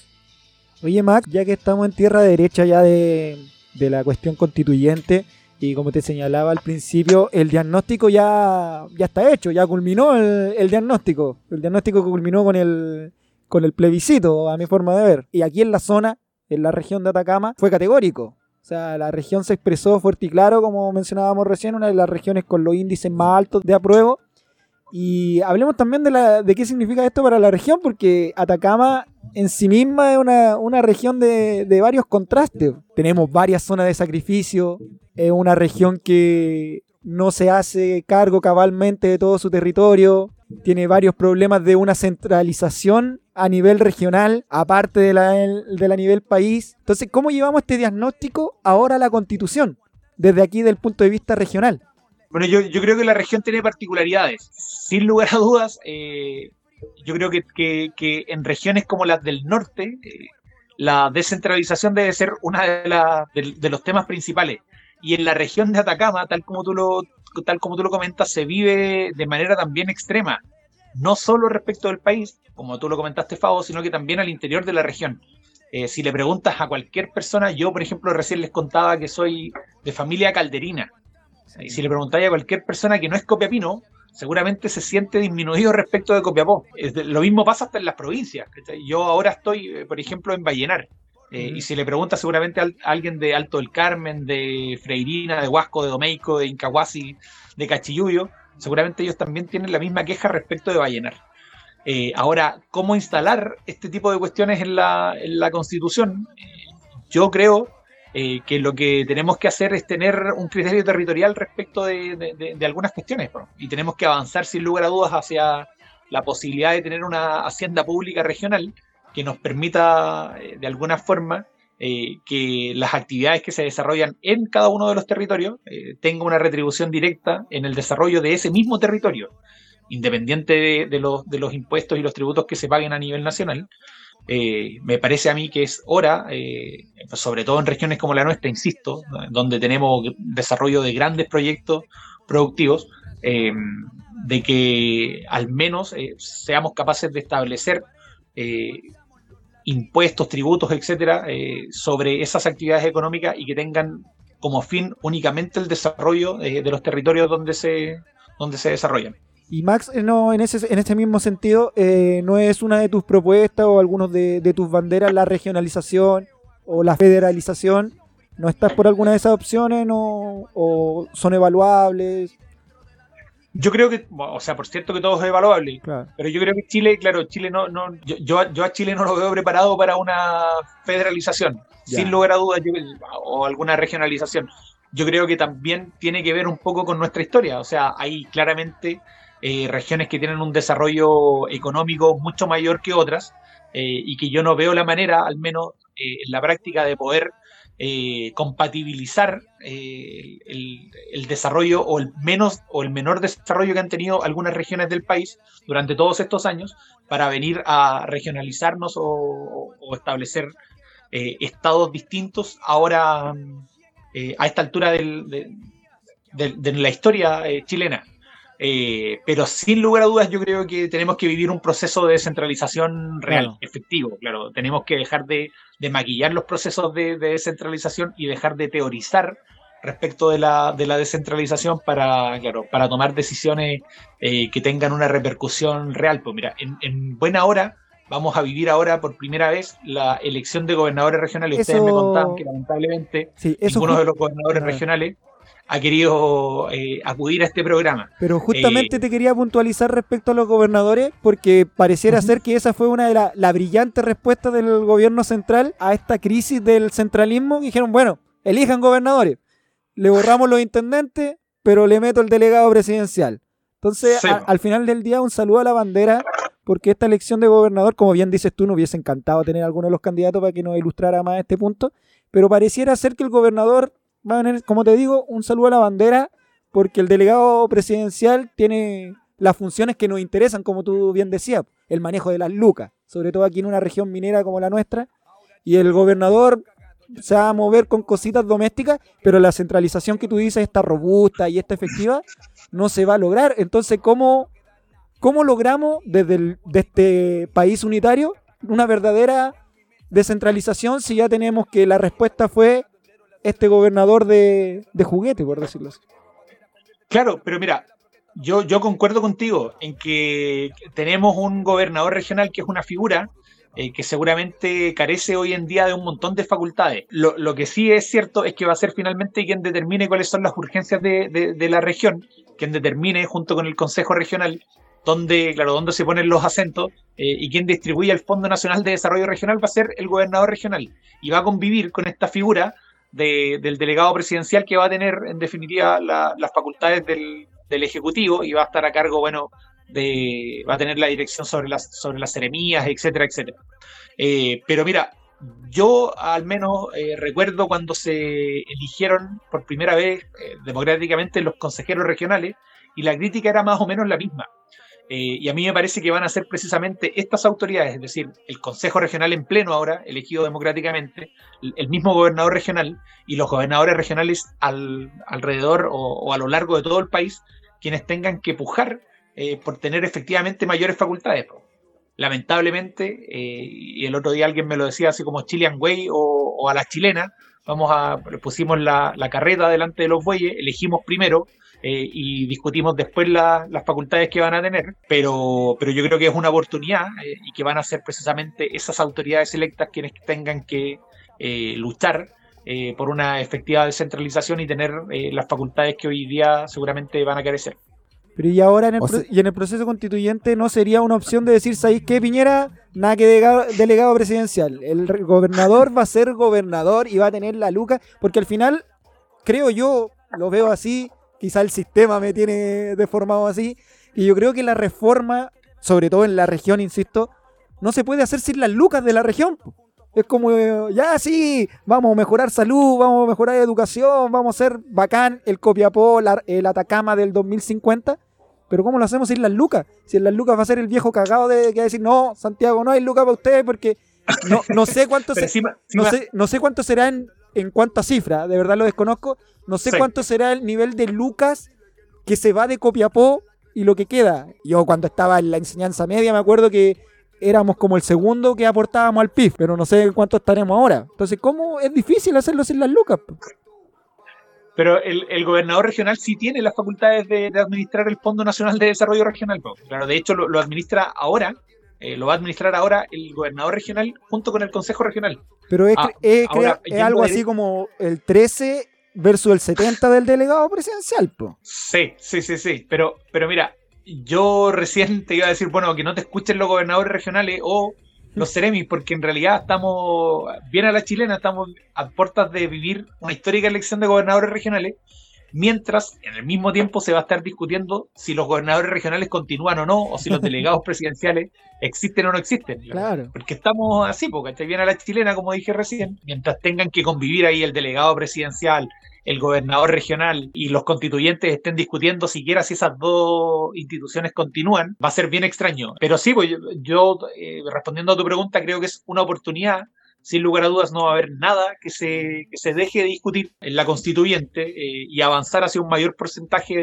Oye, Max, ya que estamos en tierra derecha ya de la cuestión constituyente y como te señalaba al principio, el diagnóstico ya está hecho, ya culminó el diagnóstico. El diagnóstico culminó con el plebiscito, a mi forma de ver. Y aquí en la zona, en la región de Atacama, fue categórico. O sea, la región se expresó fuerte y claro, como mencionábamos recién, una de las regiones con los índices más altos de apruebo. Y hablemos también de qué significa esto para la región, porque Atacama en sí misma es una región de varios contrastes. Tenemos varias zonas de sacrificio, es una región que no se hace cargo cabalmente de todo su territorio, tiene varios problemas de una centralización a nivel regional, aparte de la nivel país. Entonces, ¿cómo llevamos este diagnóstico ahora a la Constitución? Desde aquí, del punto de vista regional. Bueno, yo creo que la región tiene particularidades. Sin lugar a dudas, yo creo que en regiones como las del norte, la descentralización debe ser una de los temas principales. Y en la región de Atacama, tal como tú lo comentas, se vive de manera también extrema. No solo respecto del país, como tú lo comentaste, Fabo, sino que también al interior de la región. Si le preguntas a cualquier persona, yo, por ejemplo, recién les contaba que soy de familia calderina. Y si le preguntáis a cualquier persona que no es copiapino, seguramente se siente disminuido respecto de Copiapó. Lo mismo pasa hasta en las provincias. Yo ahora estoy, por ejemplo, en Vallenar. Y si le preguntas seguramente a alguien de Alto del Carmen, de Freirina, de Huasco, de Domeico, de Incahuasi, de Cachiyuyo, seguramente ellos también tienen la misma queja respecto de Vallenar. Ahora, ¿cómo instalar este tipo de cuestiones en la Constitución? Yo creo que lo que tenemos que hacer es tener un criterio territorial respecto de algunas cuestiones, ¿no? Y tenemos que avanzar sin lugar a dudas hacia la posibilidad de tener una hacienda pública regional que nos permita de alguna forma que las actividades que se desarrollan en cada uno de los territorios tengan una retribución directa en el desarrollo de ese mismo territorio, independiente de los impuestos y los tributos que se paguen a nivel nacional. Me parece a mí que es hora, sobre todo en regiones como la nuestra, insisto, donde tenemos desarrollo de grandes proyectos productivos, de que al menos seamos capaces de establecer impuestos, tributos, etcétera, sobre esas actividades económicas y que tengan como fin únicamente el desarrollo de los territorios donde se desarrollan. Y Max, no, en ese mismo sentido, ¿no es una de tus propuestas o algunos de tus banderas la regionalización o la federalización? ¿No estás por alguna de esas opciones o son evaluables? Yo creo que, o sea, por cierto que todo es evaluable, Claro. pero yo creo que Chile, claro, Chile yo a Chile no lo veo preparado para una federalización, Ya. sin lugar a dudas, o alguna regionalización. Yo creo que también tiene que ver un poco con nuestra historia, o sea, hay claramente regiones que tienen un desarrollo económico mucho mayor que otras, y que yo no veo la manera, al menos en la práctica, de poder compatibilizar el desarrollo o el menor desarrollo que han tenido algunas regiones del país durante todos estos años para venir a regionalizarnos o establecer estados distintos ahora a esta altura de la historia chilena. Pero sin lugar a dudas yo creo que tenemos que vivir un proceso de descentralización real, Claro. efectivo, claro. Tenemos que dejar de maquillar los procesos de descentralización y dejar de teorizar respecto de la descentralización para tomar decisiones que tengan una repercusión real. Pues mira, en buena hora vamos a vivir ahora por primera vez la elección de gobernadores regionales. Eso- Ustedes me contaban que lamentablemente Sí, eso ninguno ju- de los gobernadores Claro. regionales ha querido acudir a este programa. Pero justamente te quería puntualizar respecto a los gobernadores, porque pareciera Ujú. ser que esa fue una de la brillante respuesta del gobierno central a esta crisis del centralismo. Dijeron, bueno, elijan gobernadores. Le borramos los intendentes, pero le meto el delegado presidencial. Entonces, Sí. al final del día, un saludo a la bandera, porque esta elección de gobernador, como bien dices tú, nos hubiese encantado tener alguno de los candidatos para que nos ilustrara más este punto, pero pareciera ser que el gobernador va a tener, como te digo, un saludo a la bandera, porque el delegado presidencial tiene las funciones que nos interesan, como tú bien decías, el manejo de las lucas, sobre todo aquí en una región minera como la nuestra, y el gobernador se va a mover con cositas domésticas, pero la centralización que tú dices, esta robusta y esta efectiva, no se va a lograr. Entonces, ¿cómo logramos de este país unitario una verdadera descentralización si ya tenemos que la respuesta fue este gobernador de juguete, por decirlo así? Claro, pero mira, yo concuerdo contigo en que tenemos un gobernador regional que es una figura que seguramente carece hoy en día de un montón de facultades. Lo que sí es cierto es que va a ser finalmente quien determine cuáles son las urgencias de la región, quien determine junto con el Consejo Regional dónde se ponen los acentos y quien distribuye el Fondo Nacional de Desarrollo Regional va a ser el gobernador regional y va a convivir con esta figura del delegado presidencial que va a tener en definitiva las facultades del Ejecutivo y va a estar a cargo, va a tener la dirección sobre las seremías, etcétera, etcétera. Pero mira, yo al menos recuerdo cuando se eligieron por primera vez democráticamente los consejeros regionales y la crítica era más o menos la misma. Y a mí me parece que van a ser precisamente estas autoridades, es decir, el Consejo Regional en pleno ahora, elegido democráticamente, el mismo gobernador regional y los gobernadores regionales alrededor o a lo largo de todo el país, quienes tengan que pujar por tener efectivamente mayores facultades. Lamentablemente, y el otro día alguien me lo decía así como Chilean Way o a la chilena, pusimos la carreta delante de los bueyes, elegimos primero, y discutimos después las facultades que van a tener, pero yo creo que es una oportunidad y que van a ser precisamente esas autoridades electas quienes tengan que luchar por una efectiva descentralización y tener las facultades que hoy día seguramente van a carecer. Pero y ahora en O sea- en el proceso constituyente no sería una opción de decir, ¿sabéis qué, Piñera? Nada que delegado presidencial. El gobernador va a ser gobernador y va a tener la luca, porque al final, creo yo, lo veo así, quizá el sistema me tiene deformado así, y yo creo que la reforma, sobre todo en la región, insisto, no se puede hacer sin las lucas de la región. Es como, ya sí, vamos a mejorar salud, vamos a mejorar educación, vamos a hacer bacán el Copiapó, el Atacama del 2050, pero ¿cómo lo hacemos sin las lucas? Si en las lucas va a ser el viejo cagado que va a decir, no, Santiago, no hay lucas para ustedes porque no sé cuánto Pero no sé cuánto será en cuánta cifra, de verdad lo desconozco, no sé Sí. cuánto será el nivel de lucas que se va de Copiapó y lo que queda. Yo cuando estaba en la enseñanza media me acuerdo que éramos como el segundo que aportábamos al PIB, pero no sé cuánto estaremos ahora. Entonces, ¿cómo es difícil hacerlo sin las lucas? Pero el gobernador regional sí tiene las facultades de administrar el Fondo Nacional de Desarrollo Regional. Claro, de hecho lo administra ahora, lo va a administrar ahora el gobernador regional junto con el Consejo Regional. Pero es Ahora, algo yendo así como el 13 versus el 70 del delegado presidencial, po. Sí. Pero mira, yo recién te iba a decir, bueno, que no te escuchen los gobernadores regionales o los seremis, porque en realidad estamos bien a la chilena, estamos a puertas de vivir una histórica elección de gobernadores regionales, mientras en el mismo tiempo se va a estar discutiendo si los gobernadores regionales continúan o no, o si los delegados presidenciales existen o no existen. Claro. Porque estamos así, porque está bien a la chilena, como dije recién, mientras tengan que convivir ahí el delegado presidencial, el gobernador regional y los constituyentes estén discutiendo siquiera si esas dos instituciones continúan, va a ser bien extraño. Pero sí, pues yo respondiendo a tu pregunta, creo que es una oportunidad. Sin lugar a dudas no va a haber nada que se deje de discutir en la constituyente y avanzar hacia un mayor porcentaje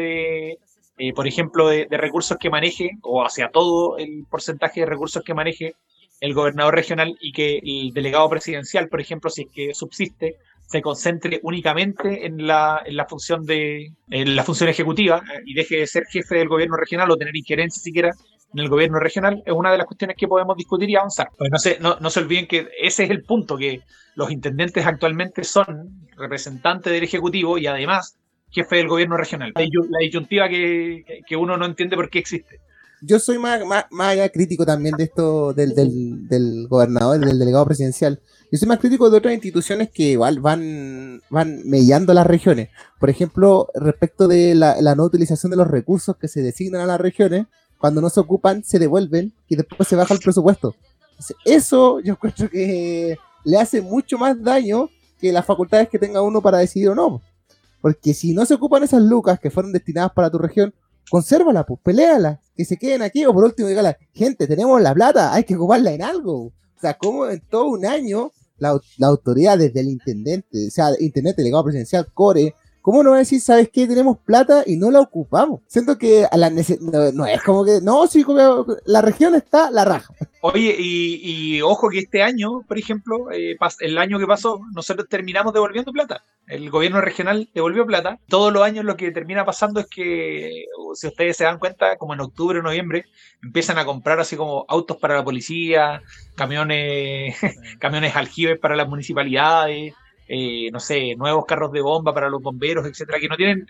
de, por ejemplo, de recursos que maneje, o hacia todo el porcentaje de recursos que maneje el gobernador regional, y que el delegado presidencial, por ejemplo, si es que subsiste, se concentre únicamente en la función en la función ejecutiva y deje de ser jefe del gobierno regional o tener injerencia siquiera en el gobierno regional. Es una de las cuestiones que podemos discutir y avanzar. Pues no se olviden que ese es el punto, que los intendentes actualmente son representantes del Ejecutivo y además jefe del gobierno regional. La disyuntiva que uno no entiende por qué existe. Yo soy más allá crítico también de esto del gobernador, del delegado presidencial. Yo soy más crítico de otras instituciones que igual van mellando las regiones. Por ejemplo, respecto de la no utilización de los recursos que se designan a las regiones, cuando no se ocupan, se devuelven y después se baja el presupuesto. Entonces, eso yo encuentro que le hace mucho más daño que las facultades que tenga uno para decidir o no. Porque si no se ocupan esas lucas que fueron destinadas para tu región, consérvala, pues, peléala, que se queden aquí, o por último, dígala, gente, tenemos la plata, hay que ocuparla en algo. O sea, como en todo un año, la autoridad desde el intendente, o sea, intendente, delegado presidencial, core, ¿cómo no va a decir, sabes qué, tenemos plata y no la ocupamos? Siento que no es como que, no, sí, como la región está la raja. Oye, y ojo que este año, por ejemplo, el año que pasó, nosotros terminamos devolviendo plata. El gobierno regional devolvió plata. Todos los años lo que termina pasando es que, si ustedes se dan cuenta, como en octubre o noviembre, empiezan a comprar así como autos para la policía, camiones aljibes para las municipalidades, no sé, nuevos carros de bomba para los bomberos, etcétera, que no tienen,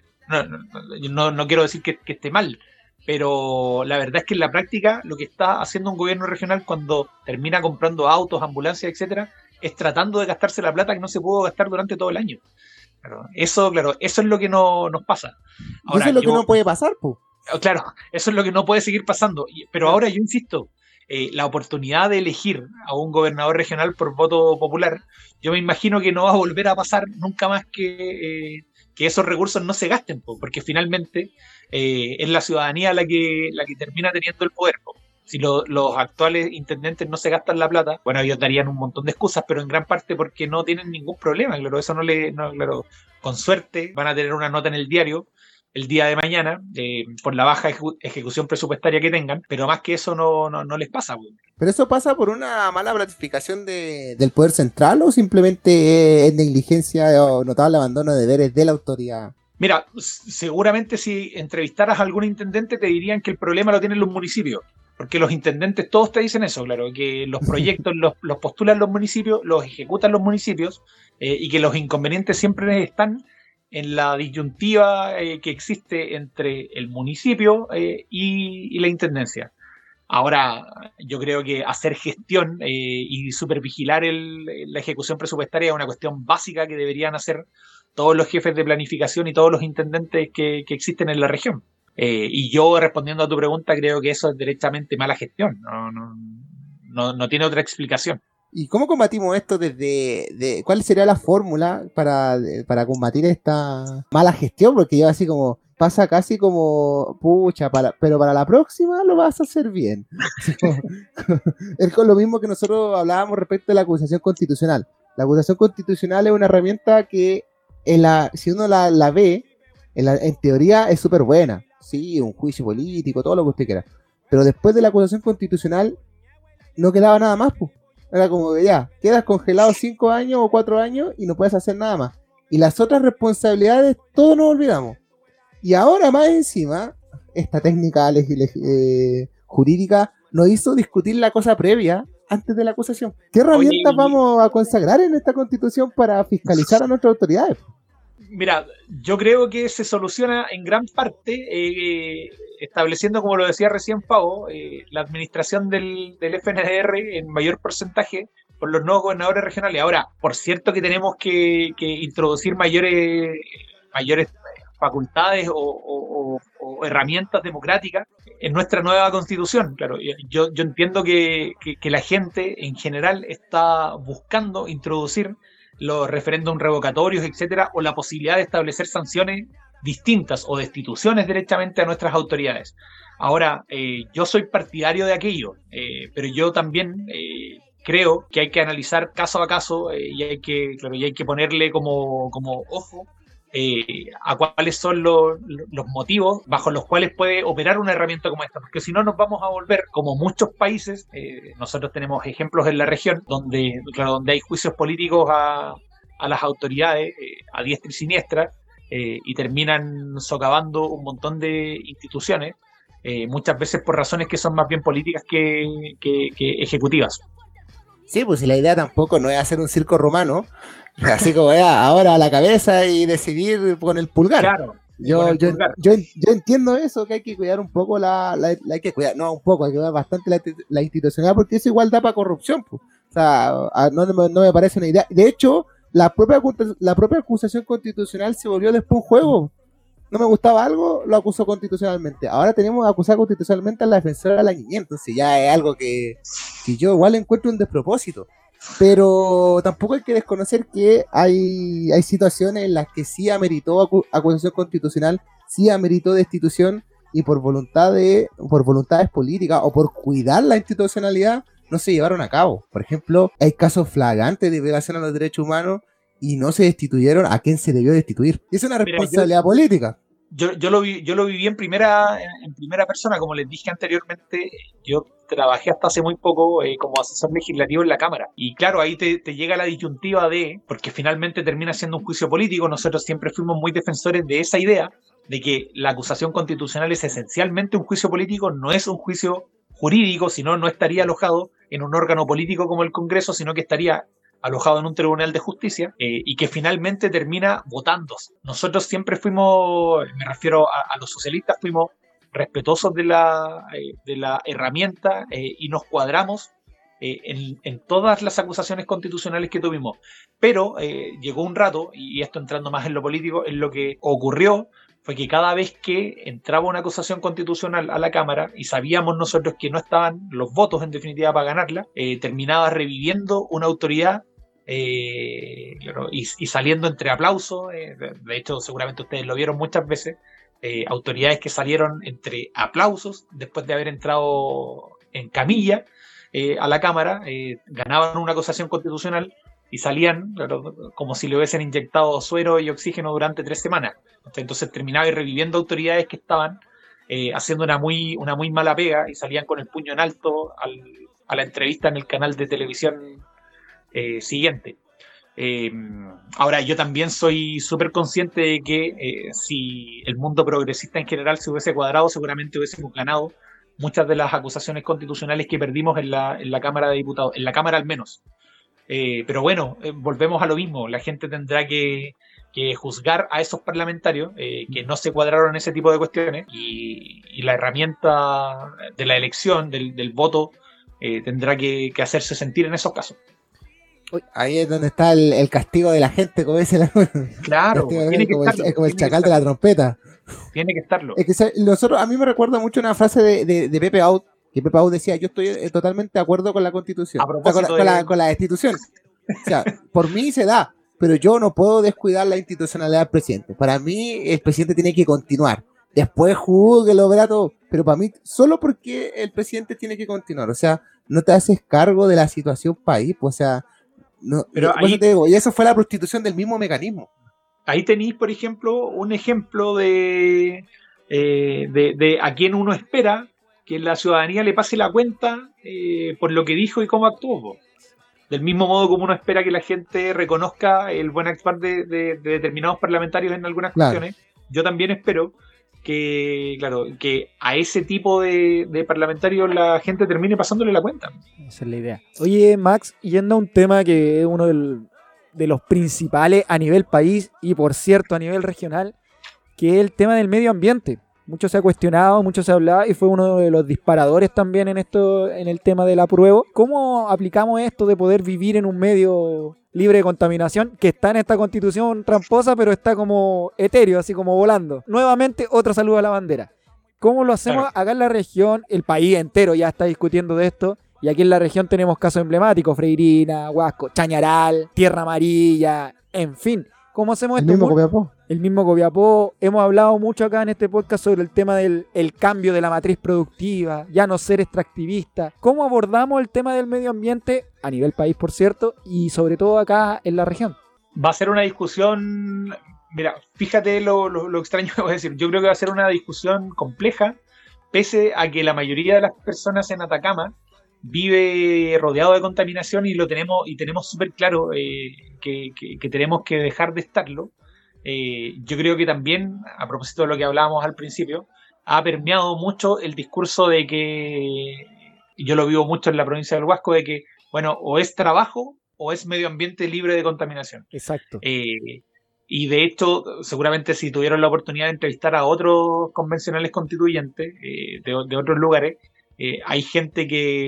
no quiero decir que esté mal, pero la verdad es que en la práctica lo que está haciendo un gobierno regional cuando termina comprando autos, ambulancias, etcétera, es tratando de gastarse la plata que no se pudo gastar durante todo el año. Claro, eso es lo que nos pasa. Ahora, eso es lo que no puede pasar, pues. Claro, eso es lo que no puede seguir pasando. Pero ahora yo insisto, la oportunidad de elegir a un gobernador regional por voto popular, yo me imagino que no va a volver a pasar nunca más que esos recursos no se gasten, porque finalmente es la ciudadanía la que termina teniendo el poder. Si los actuales intendentes no se gastan la plata, bueno, ellos darían un montón de excusas, pero en gran parte porque no tienen ningún problema. Claro, eso claro, con suerte van a tener una nota en el diario el día de mañana por la baja ejecución presupuestaria que tengan, pero más que eso no les pasa. ¿Pero eso pasa por una mala planificación del poder central o simplemente es negligencia o notable abandono de deberes de la autoridad? Mira, seguramente si entrevistaras a algún intendente te dirían que el problema lo tienen los municipios, porque los intendentes todos te dicen eso, claro, que los proyectos los postulan los municipios, los ejecutan los municipios y que los inconvenientes siempre están en la disyuntiva que existe entre el municipio y la intendencia. Ahora, yo creo que hacer gestión y supervigilar la ejecución presupuestaria es una cuestión básica que deberían hacer todos los jefes de planificación y todos los intendentes que existen en la región. Y yo, respondiendo a tu pregunta, creo que eso es derechamente mala gestión. No tiene otra explicación. ¿Y cómo combatimos esto cuál sería la fórmula para combatir esta mala gestión? Porque yo así como, pasa casi como, pucha, pero para la próxima lo vas a hacer bien. Es con lo mismo que nosotros hablábamos respecto a la acusación constitucional. La acusación constitucional es una herramienta que si uno la ve, en teoría es súper buena. Sí, un juicio político, todo lo que usted quiera. Pero después de la acusación constitucional no quedaba nada más, pues. Era como que ya, quedas congelado 5 años o 4 años y no puedes hacer nada más. Y las otras responsabilidades, todos nos olvidamos. Y ahora más encima, esta técnica jurídica nos hizo discutir la cosa previa antes de la acusación. ¿Qué herramientas vamos a consagrar en esta constitución para fiscalizar a nuestras autoridades? Mira, yo creo que se soluciona en gran parte estableciendo, como lo decía recién Pavo, la administración del FNDR en mayor porcentaje por los nuevos gobernadores regionales. Ahora, por cierto que tenemos que introducir mayores facultades o herramientas democráticas en nuestra nueva constitución. Claro, yo entiendo que la gente en general está buscando introducir los referéndums revocatorios, etcétera, o la posibilidad de establecer sanciones distintas o destituciones directamente a nuestras autoridades. Ahora, yo soy partidario de aquello, pero yo también creo que hay que analizar caso a caso y hay que ponerle como ojo a cuáles son los motivos bajo los cuales puede operar una herramienta como esta, porque si no nos vamos a volver, como muchos países, nosotros tenemos ejemplos en la región donde hay juicios políticos a las autoridades a diestra y siniestra y terminan socavando un montón de instituciones, muchas veces por razones que son más bien políticas que ejecutivas. Sí, pues si la idea tampoco no es hacer un circo romano, así como ahora a la cabeza y decidir con el pulgar. Claro. Yo entiendo eso, que hay que cuidar un poco hay que cuidar bastante la institucionalidad, porque eso igual da para corrupción, pues. O sea, no me parece una idea. De hecho, la propia acusación constitucional se volvió después un juego. No me gustaba algo, lo acusó constitucionalmente. Ahora tenemos que acusar constitucionalmente a la defensora de la niñez, entonces ya es algo que yo igual encuentro un despropósito. Pero tampoco hay que desconocer que hay situaciones en las que sí ameritó acusación constitucional, sí ameritó destitución, y por voluntades políticas o por cuidar la institucionalidad no se llevaron a cabo. Por ejemplo, hay casos flagrantes de violación a los derechos humanos y no se destituyeron a quien se debió destituir. Es una responsabilidad política. Yo lo viví en primera persona, como les dije anteriormente. Yo trabajé hasta hace muy poco como asesor legislativo en la Cámara. Y claro, ahí te llega la disyuntiva porque finalmente termina siendo un juicio político. Nosotros siempre fuimos muy defensores de esa idea, de que la acusación constitucional es esencialmente un juicio político, no es un juicio jurídico, sino no estaría alojado en un órgano político como el Congreso, sino que estaría alojado en un tribunal de justicia y que finalmente termina votando. Nosotros siempre fuimos, me refiero a los socialistas, fuimos respetuosos de la herramienta y nos cuadramos en todas las acusaciones constitucionales que tuvimos. Pero llegó un rato, y esto entrando más en lo político, en lo que ocurrió fue que cada vez que entraba una acusación constitucional a la Cámara y sabíamos nosotros que no estaban los votos en definitiva para ganarla, terminaba reviviendo una autoridad y saliendo entre aplausos. De hecho, seguramente ustedes lo vieron muchas veces, autoridades que salieron entre aplausos después de haber entrado en camilla a la Cámara, ganaban una acusación constitucional y salían como si le hubiesen inyectado suero y oxígeno durante 3 semanas. Entonces terminaba reviviendo autoridades que estaban haciendo una muy mala pega y salían con el puño en alto a la entrevista en el canal de televisión siguiente. Ahora, yo también soy súper consciente de que si el mundo progresista en general se hubiese cuadrado, seguramente hubiésemos ganado muchas de las acusaciones constitucionales que perdimos en la Cámara de Diputados, en la Cámara al menos. Pero bueno, volvemos a lo mismo. La gente tendrá que juzgar a esos parlamentarios que no se cuadraron en ese tipo de cuestiones, y la herramienta de la elección, del voto, tendrá que hacerse sentir en esos casos. Ahí es donde está el castigo de la gente, como dice Claro, tiene que estarlo. Es como el chacal de la trompeta. Tiene que estarlo. Es que a mí me recuerda mucho una frase de Pepe Out, que Pepe Out decía: yo estoy totalmente de acuerdo con la Constitución, con la destitución. O sea, por mí se da, pero yo no puedo descuidar la institucionalidad del presidente. Para mí, el presidente tiene que continuar. Después júguelo, verá todo. Pero para mí, solo porque el presidente tiene que continuar. O sea, no te haces cargo de la situación país. Pues, o sea, no, pero ahí, te digo, y eso fue la prostitución del mismo mecanismo. Ahí tenéis, por ejemplo, un ejemplo de a quién uno espera que la ciudadanía le pase la cuenta por lo que dijo y cómo actuó. Del mismo modo como uno espera que la gente reconozca el buen actuar de determinados parlamentarios en algunas cuestiones, yo también espero que a ese tipo de parlamentarios la gente termine pasándole la cuenta. Esa es la idea. Oye, Max, yendo a un tema que es uno de los principales a nivel país y por cierto a nivel regional, que es el tema del medio ambiente. Mucho se ha cuestionado, mucho se ha hablado y fue uno de los disparadores también en el tema del apruebo. ¿Cómo aplicamos esto de poder vivir en un medio libre de contaminación que está en esta constitución tramposa, pero está como etéreo, así como volando? Nuevamente, otro saludo a la bandera. ¿Cómo lo hacemos acá en la región? El país entero ya está discutiendo de esto. Y aquí en la región tenemos casos emblemáticos: Freirina, Huasco, Chañaral, Tierra Amarilla, en fin. ¿Cómo hacemos esto? El mismo Copiapó. Hemos hablado mucho acá en este podcast sobre el tema del cambio de la matriz productiva, ya no ser extractivista. ¿Cómo abordamos el tema del medio ambiente a nivel país, por cierto, y sobre todo acá en la región? Va a ser una discusión, mira, fíjate lo extraño que voy a decir. Yo creo que va a ser una discusión compleja, pese a que la mayoría de las personas en Atacama vive rodeado de contaminación y tenemos súper claro que tenemos que dejar de estarlo. Yo creo que también, a propósito de lo que hablábamos al principio, ha permeado mucho el discurso de que, yo lo vivo mucho en la provincia del Huasco, de que, bueno, o es trabajo o es medio ambiente libre de contaminación. Exacto. Y de hecho, seguramente si tuvieron la oportunidad de entrevistar a otros convencionales constituyentes de otros lugares, hay gente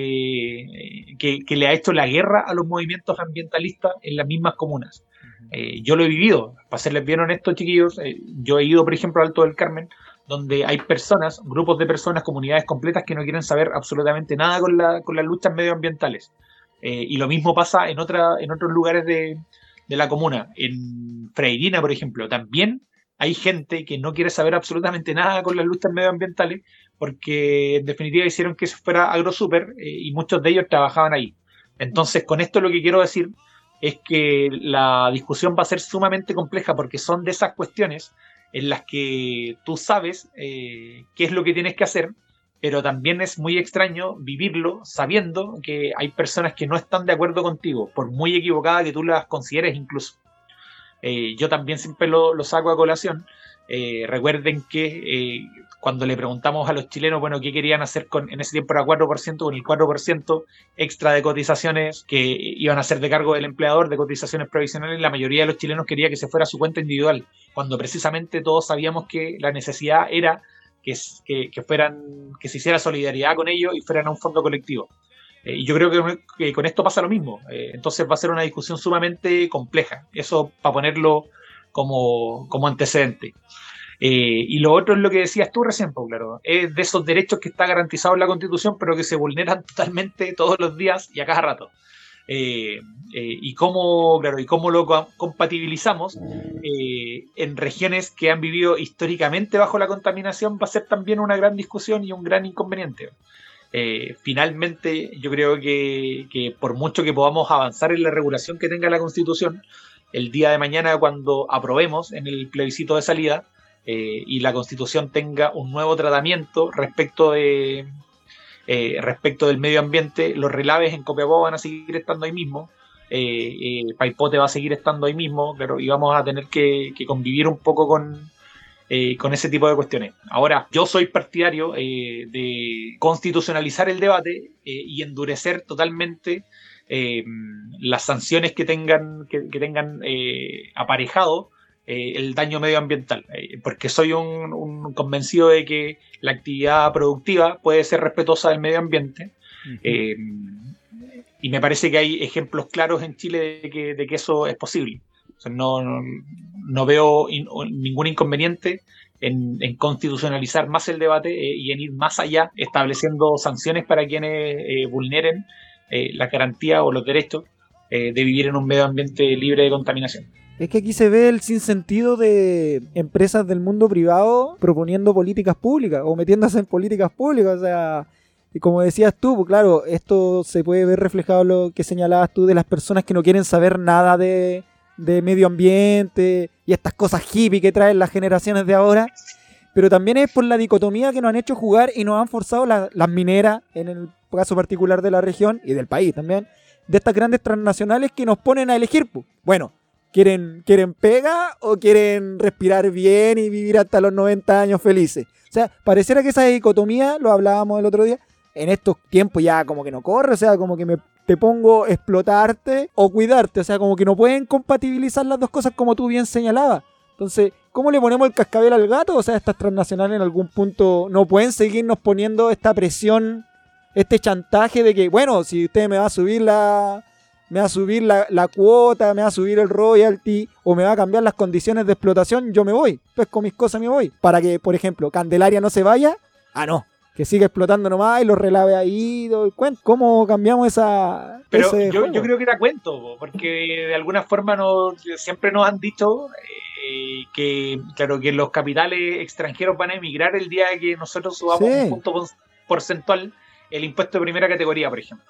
que le ha hecho la guerra a los movimientos ambientalistas en las mismas comunas. Yo lo he vivido, para serles bien honestos, chiquillos. Yo he ido, por ejemplo, a Alto del Carmen, donde hay personas, grupos de personas, comunidades completas que no quieren saber absolutamente nada con las luchas medioambientales. Y lo mismo pasa en otros lugares de la comuna. En Freirina, por ejemplo, también hay gente que no quiere saber absolutamente nada con las luchas medioambientales porque en definitiva hicieron que eso fuera AgroSuper y muchos de ellos trabajaban ahí. Entonces, con esto lo que quiero decir es que la discusión va a ser sumamente compleja porque son de esas cuestiones en las que tú sabes qué es lo que tienes que hacer, pero también es muy extraño vivirlo sabiendo que hay personas que no están de acuerdo contigo, por muy equivocada que tú las consideres incluso. Yo también siempre lo saco a colación. Recuerden que cuando le preguntamos a los chilenos, bueno, qué querían hacer en ese tiempo era 4%, con el 4% extra de cotizaciones que iban a ser de cargo del empleador, de cotizaciones provisionales, la mayoría de los chilenos quería que se fuera a su cuenta individual, cuando precisamente todos sabíamos que la necesidad era que se hiciera solidaridad con ellos y fueran a un fondo colectivo. Y yo creo que con esto pasa lo mismo. Entonces va a ser una discusión sumamente compleja. Eso para ponerlo como antecedente. Y lo otro es lo que decías tú recién, Pau, claro. Es de esos derechos que está garantizado en la Constitución, pero que se vulneran totalmente todos los días y a cada rato. Y cómo lo compatibilizamos en regiones que han vivido históricamente bajo la contaminación va a ser también una gran discusión y un gran inconveniente. Finalmente, yo creo que por mucho que podamos avanzar en la regulación que tenga la Constitución, el día de mañana cuando aprobemos en el plebiscito de salida y la Constitución tenga un nuevo tratamiento respecto del medio ambiente, los relaves en Copiapó van a seguir estando ahí mismo, Paipote va a seguir estando ahí mismo, pero y vamos a tener que convivir un poco con ese tipo de cuestiones. Ahora, yo soy partidario de constitucionalizar el debate y endurecer totalmente las sanciones que tengan aparejado el daño medioambiental, porque soy un convencido de que la actividad productiva puede ser respetuosa del medio ambiente. Y me parece que hay ejemplos claros en Chile de que eso es posible. O sea, no veo ningún inconveniente en constitucionalizar más el debate y en ir más allá, estableciendo sanciones para quienes vulneren la garantía o los derechos de vivir en un medio ambiente libre de contaminación. Es que aquí se ve el sinsentido de empresas del mundo privado proponiendo políticas públicas o metiéndose en políticas públicas. O sea, y como decías tú, pues claro, esto se puede ver reflejado en lo que señalabas tú de las personas que no quieren saber nada de medio ambiente y estas cosas hippie que traen las generaciones de ahora, pero también es por la dicotomía que nos han hecho jugar y nos han forzado las mineras, en el caso particular de la región y del país también, de estas grandes transnacionales que nos ponen a elegir. Pues, bueno, ¿quieren pega o quieren respirar bien y vivir hasta los 90 años felices? O sea, pareciera que esa dicotomía, lo hablábamos el otro día, en estos tiempos ya como que no corre, o sea, como que te pongo explotarte o cuidarte, o sea, como que no pueden compatibilizar las dos cosas como tú bien señalabas. Entonces, ¿cómo le ponemos el cascabel al gato? O sea, estas transnacionales en algún punto no pueden seguirnos poniendo esta presión, este chantaje de que, bueno, si usted me va a subir la cuota, me va a subir el royalty o me va a cambiar las condiciones de explotación, yo me voy, pesco mis cosas y me voy. Para que, por ejemplo, Candelaria no se vaya, no, que siga explotando nomás y lo relave ahí. ¿Cómo cambiamos esa? Pero yo creo que era cuento, porque de alguna forma siempre nos han dicho que, claro, que los capitales extranjeros van a emigrar el día que nosotros subamos un punto porcentual el impuesto de primera categoría, por ejemplo.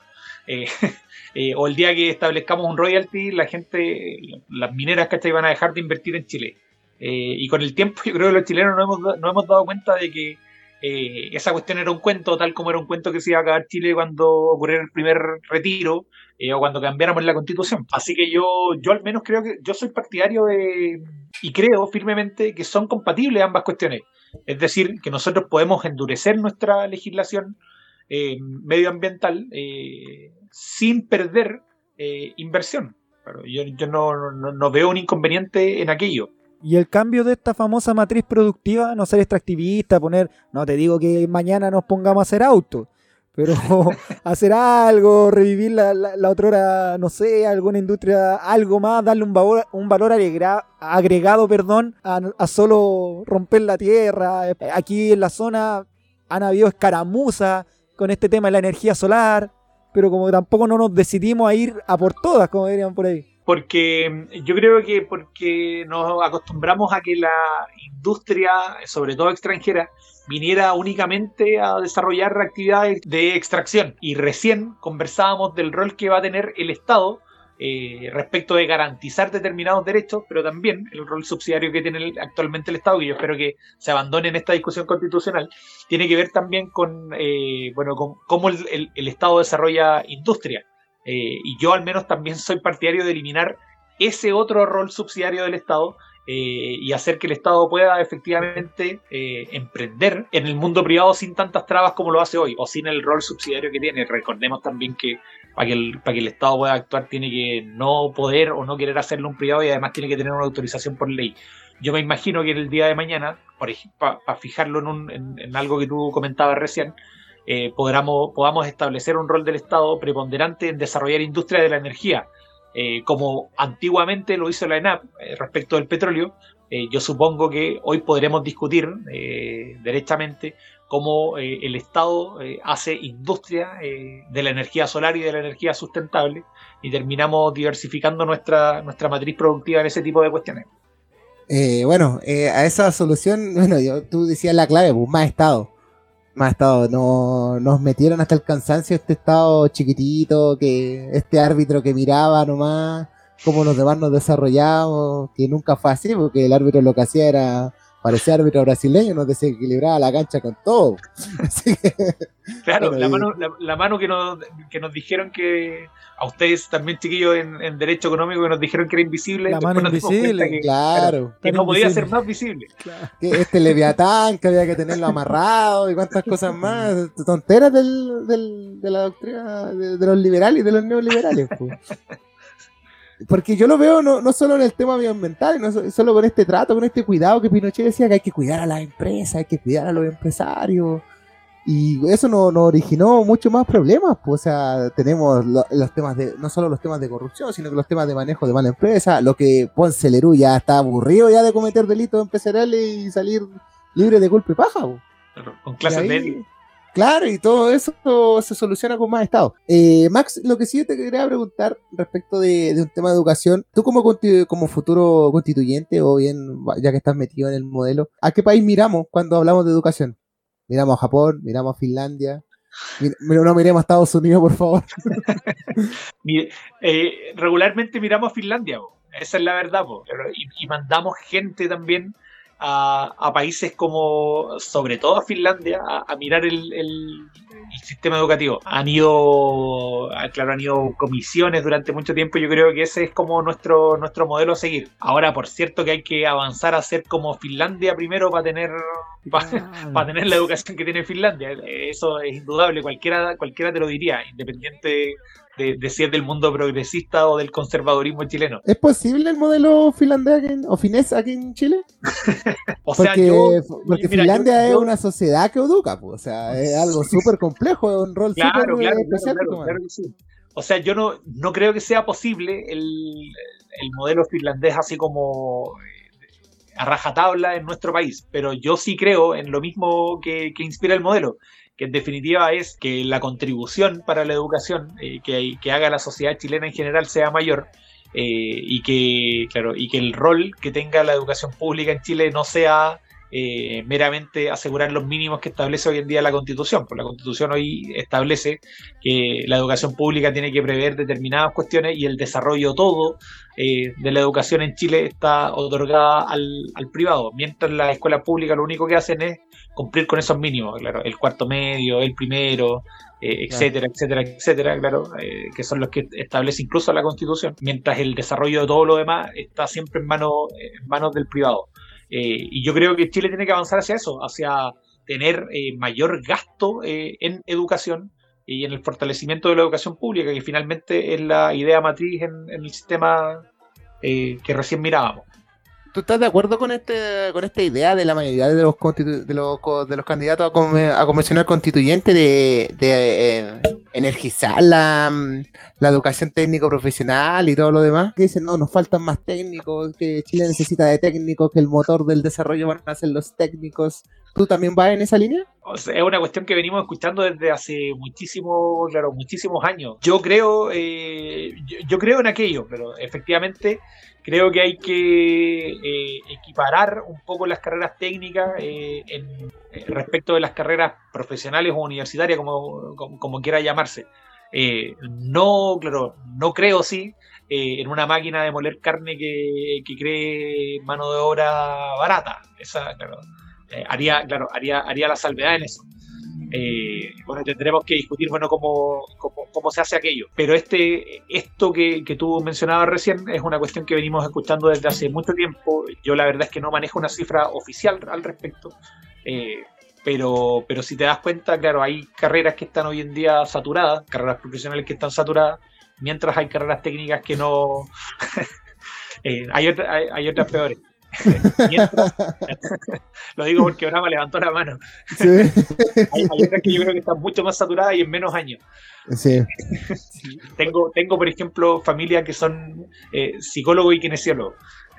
O el día que establezcamos un royalty, la gente, las mineras, ¿cachai?, van a dejar de invertir en Chile. Y con el tiempo yo creo que los chilenos no hemos dado cuenta de que esa cuestión era un cuento, tal como era un cuento que se iba a acabar Chile cuando ocurriera el primer retiro o cuando cambiáramos la Constitución. Así que yo al menos creo que yo soy partidario y creo firmemente que son compatibles ambas cuestiones. Es decir, que nosotros podemos endurecer nuestra legislación medioambiental sin perder inversión. Pero yo no veo un inconveniente en aquello. Y el cambio de esta famosa matriz productiva, no ser extractivista, no te digo que mañana nos pongamos a hacer autos, pero hacer algo, revivir la otrora, no sé, alguna industria, algo más, darle un valor agregado, a solo romper la tierra. Aquí en la zona han habido escaramuzas con este tema de la energía solar, pero como tampoco no nos decidimos a ir a por todas, como dirían por ahí. Porque yo creo que porque nos acostumbramos a que la industria, sobre todo extranjera, viniera únicamente a desarrollar actividades de extracción. Y recién conversábamos del rol que va a tener el Estado respecto de garantizar determinados derechos, pero también el rol subsidiario que tiene actualmente el Estado, que yo espero que se abandone en esta discusión constitucional, tiene que ver también con cómo el Estado desarrolla industria. Y yo al menos también soy partidario de eliminar ese otro rol subsidiario del Estado y hacer que el Estado pueda efectivamente emprender en el mundo privado sin tantas trabas como lo hace hoy, o sin el rol subsidiario que tiene. Recordemos también que para que el Estado pueda actuar tiene que no poder o no querer hacerlo un privado, y además tiene que tener una autorización por ley. Yo me imagino que en el día de mañana, por ejemplo, para fijarlo en algo que tú comentabas recién, podamos establecer un rol del Estado preponderante en desarrollar industria de la energía, como antiguamente lo hizo la ENAP respecto del petróleo. Yo supongo que hoy podremos discutir derechamente cómo el Estado hace industria de la energía solar y de la energía sustentable, y terminamos diversificando nuestra matriz productiva en ese tipo de cuestiones. A esa solución, tú decías la clave, pues, más Estado, no nos metieron hasta el cansancio este Estado chiquitito, que este árbitro que miraba nomás cómo los demás nos desarrollamos, que nunca fue así, porque el árbitro lo que hacía era parecía árbitro brasileño, nos desequilibraba la cancha con todo. Así que, claro, la mano que nos dijeron que a ustedes también, chiquillos, en derecho económico, que nos dijeron que era invisible. La mano invisible, que no podía ser más visible. Claro. Que este Leviatán, que había que tenerlo amarrado y cuántas cosas más, tonteras de la doctrina de los liberales y de los neoliberales. Pues. Porque yo lo veo no solo en el tema medioambiental, no solo con este trato, con este cuidado que Pinochet decía que hay que cuidar a las empresas, hay que cuidar a los empresarios. Y eso nos originó mucho más problemas, pues. O sea, tenemos los temas no solo los temas de corrupción, sino que los temas de manejo de mala empresa. Lo que Ponce Lerú ya está aburrido ya de cometer delitos empresariales y salir libre de culpa y paja, pues. Con clases de ética. Claro, y todo eso se soluciona con más Estado. Max, lo que sí te quería preguntar respecto de un tema de educación, tú como futuro constituyente, o bien ya que estás metido en el modelo, ¿a qué país miramos cuando hablamos de educación? ¿Miramos a Japón? ¿Miramos a Finlandia? No miremos a Estados Unidos, por favor. Regularmente miramos a Finlandia, esa es la verdad, y mandamos gente también a países como, sobre todo a Finlandia, a mirar el sistema educativo. Han ido comisiones durante mucho tiempo. Yo creo que ese es como nuestro modelo a seguir. Ahora, por cierto, que hay que avanzar a ser como Finlandia primero para tener para tener la educación que tiene Finlandia. Eso es indudable, cualquiera te lo diría, independiente de si es del mundo progresista o del conservadurismo chileno. ¿Es posible el modelo finlandés o finés aquí en Chile? Porque Finlandia es una sociedad que educa, pues, o sea, es algo súper complejo, es un rol súper especial. Claro que sí. O sea, yo no creo que sea posible el modelo finlandés así como a rajatabla en nuestro país, pero yo sí creo en lo mismo que inspira el modelo, que en definitiva es que la contribución para la educación que haga la sociedad chilena en general sea mayor, y que el rol que tenga la educación pública en Chile no sea meramente asegurar los mínimos que establece hoy en día la Constitución. Pues la Constitución hoy establece que la educación pública tiene que prever determinadas cuestiones y el desarrollo todo de la educación en Chile está otorgada al privado, mientras las escuelas públicas lo único que hacen es cumplir con esos mínimos, claro, el cuarto medio, el primero, etcétera, claro, que son los que establece incluso la Constitución, mientras el desarrollo de todo lo demás está siempre en manos del privado. Y yo creo que Chile tiene que avanzar hacia eso, hacia tener mayor gasto en educación y en el fortalecimiento de la educación pública, que finalmente es la idea matriz en el sistema que recién mirábamos. ¿Tú estás de acuerdo con esta idea de la mayoría de los candidatos a convencional constituyente de energizar la educación técnico profesional y todo lo demás? Que dicen, no, nos faltan más técnicos, que Chile necesita de técnicos, que el motor del desarrollo van a ser los técnicos. ¿Tú también vas en esa línea? O sea, es una cuestión que venimos escuchando desde hace muchísimos años. Yo creo en aquello, pero efectivamente creo que hay que equiparar un poco las carreras técnicas respecto de las carreras profesionales o universitarias, como quiera llamarse. No creo en una máquina de moler carne que cree mano de obra barata. Esa, claro, haría la salvedad en eso. Bueno, tendremos que discutir, bueno, cómo se hace aquello. Pero esto que tú mencionabas recién es una cuestión que venimos escuchando desde hace mucho tiempo. Yo la verdad es que no manejo una cifra oficial al respecto. Pero si te das cuenta, claro, hay carreras que están hoy en día saturadas, carreras profesionales que están saturadas, mientras hay carreras técnicas que no... hay otras peores. Lo digo porque Brahma levantó la mano. Sí. Hay otras que yo creo que están mucho más saturadas y en menos años. Sí. Tengo, por ejemplo, familias que son psicólogos y kinesiólogos.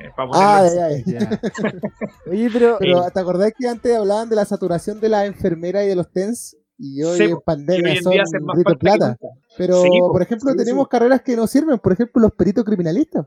Oye, pero ¿te acordás que antes hablaban de la saturación de las enfermeras y de los TENS? Y hoy en pandemia son un grito de plata. Pero, sí, por ejemplo, tenemos carreras que no sirven. Por ejemplo, los peritos criminalistas.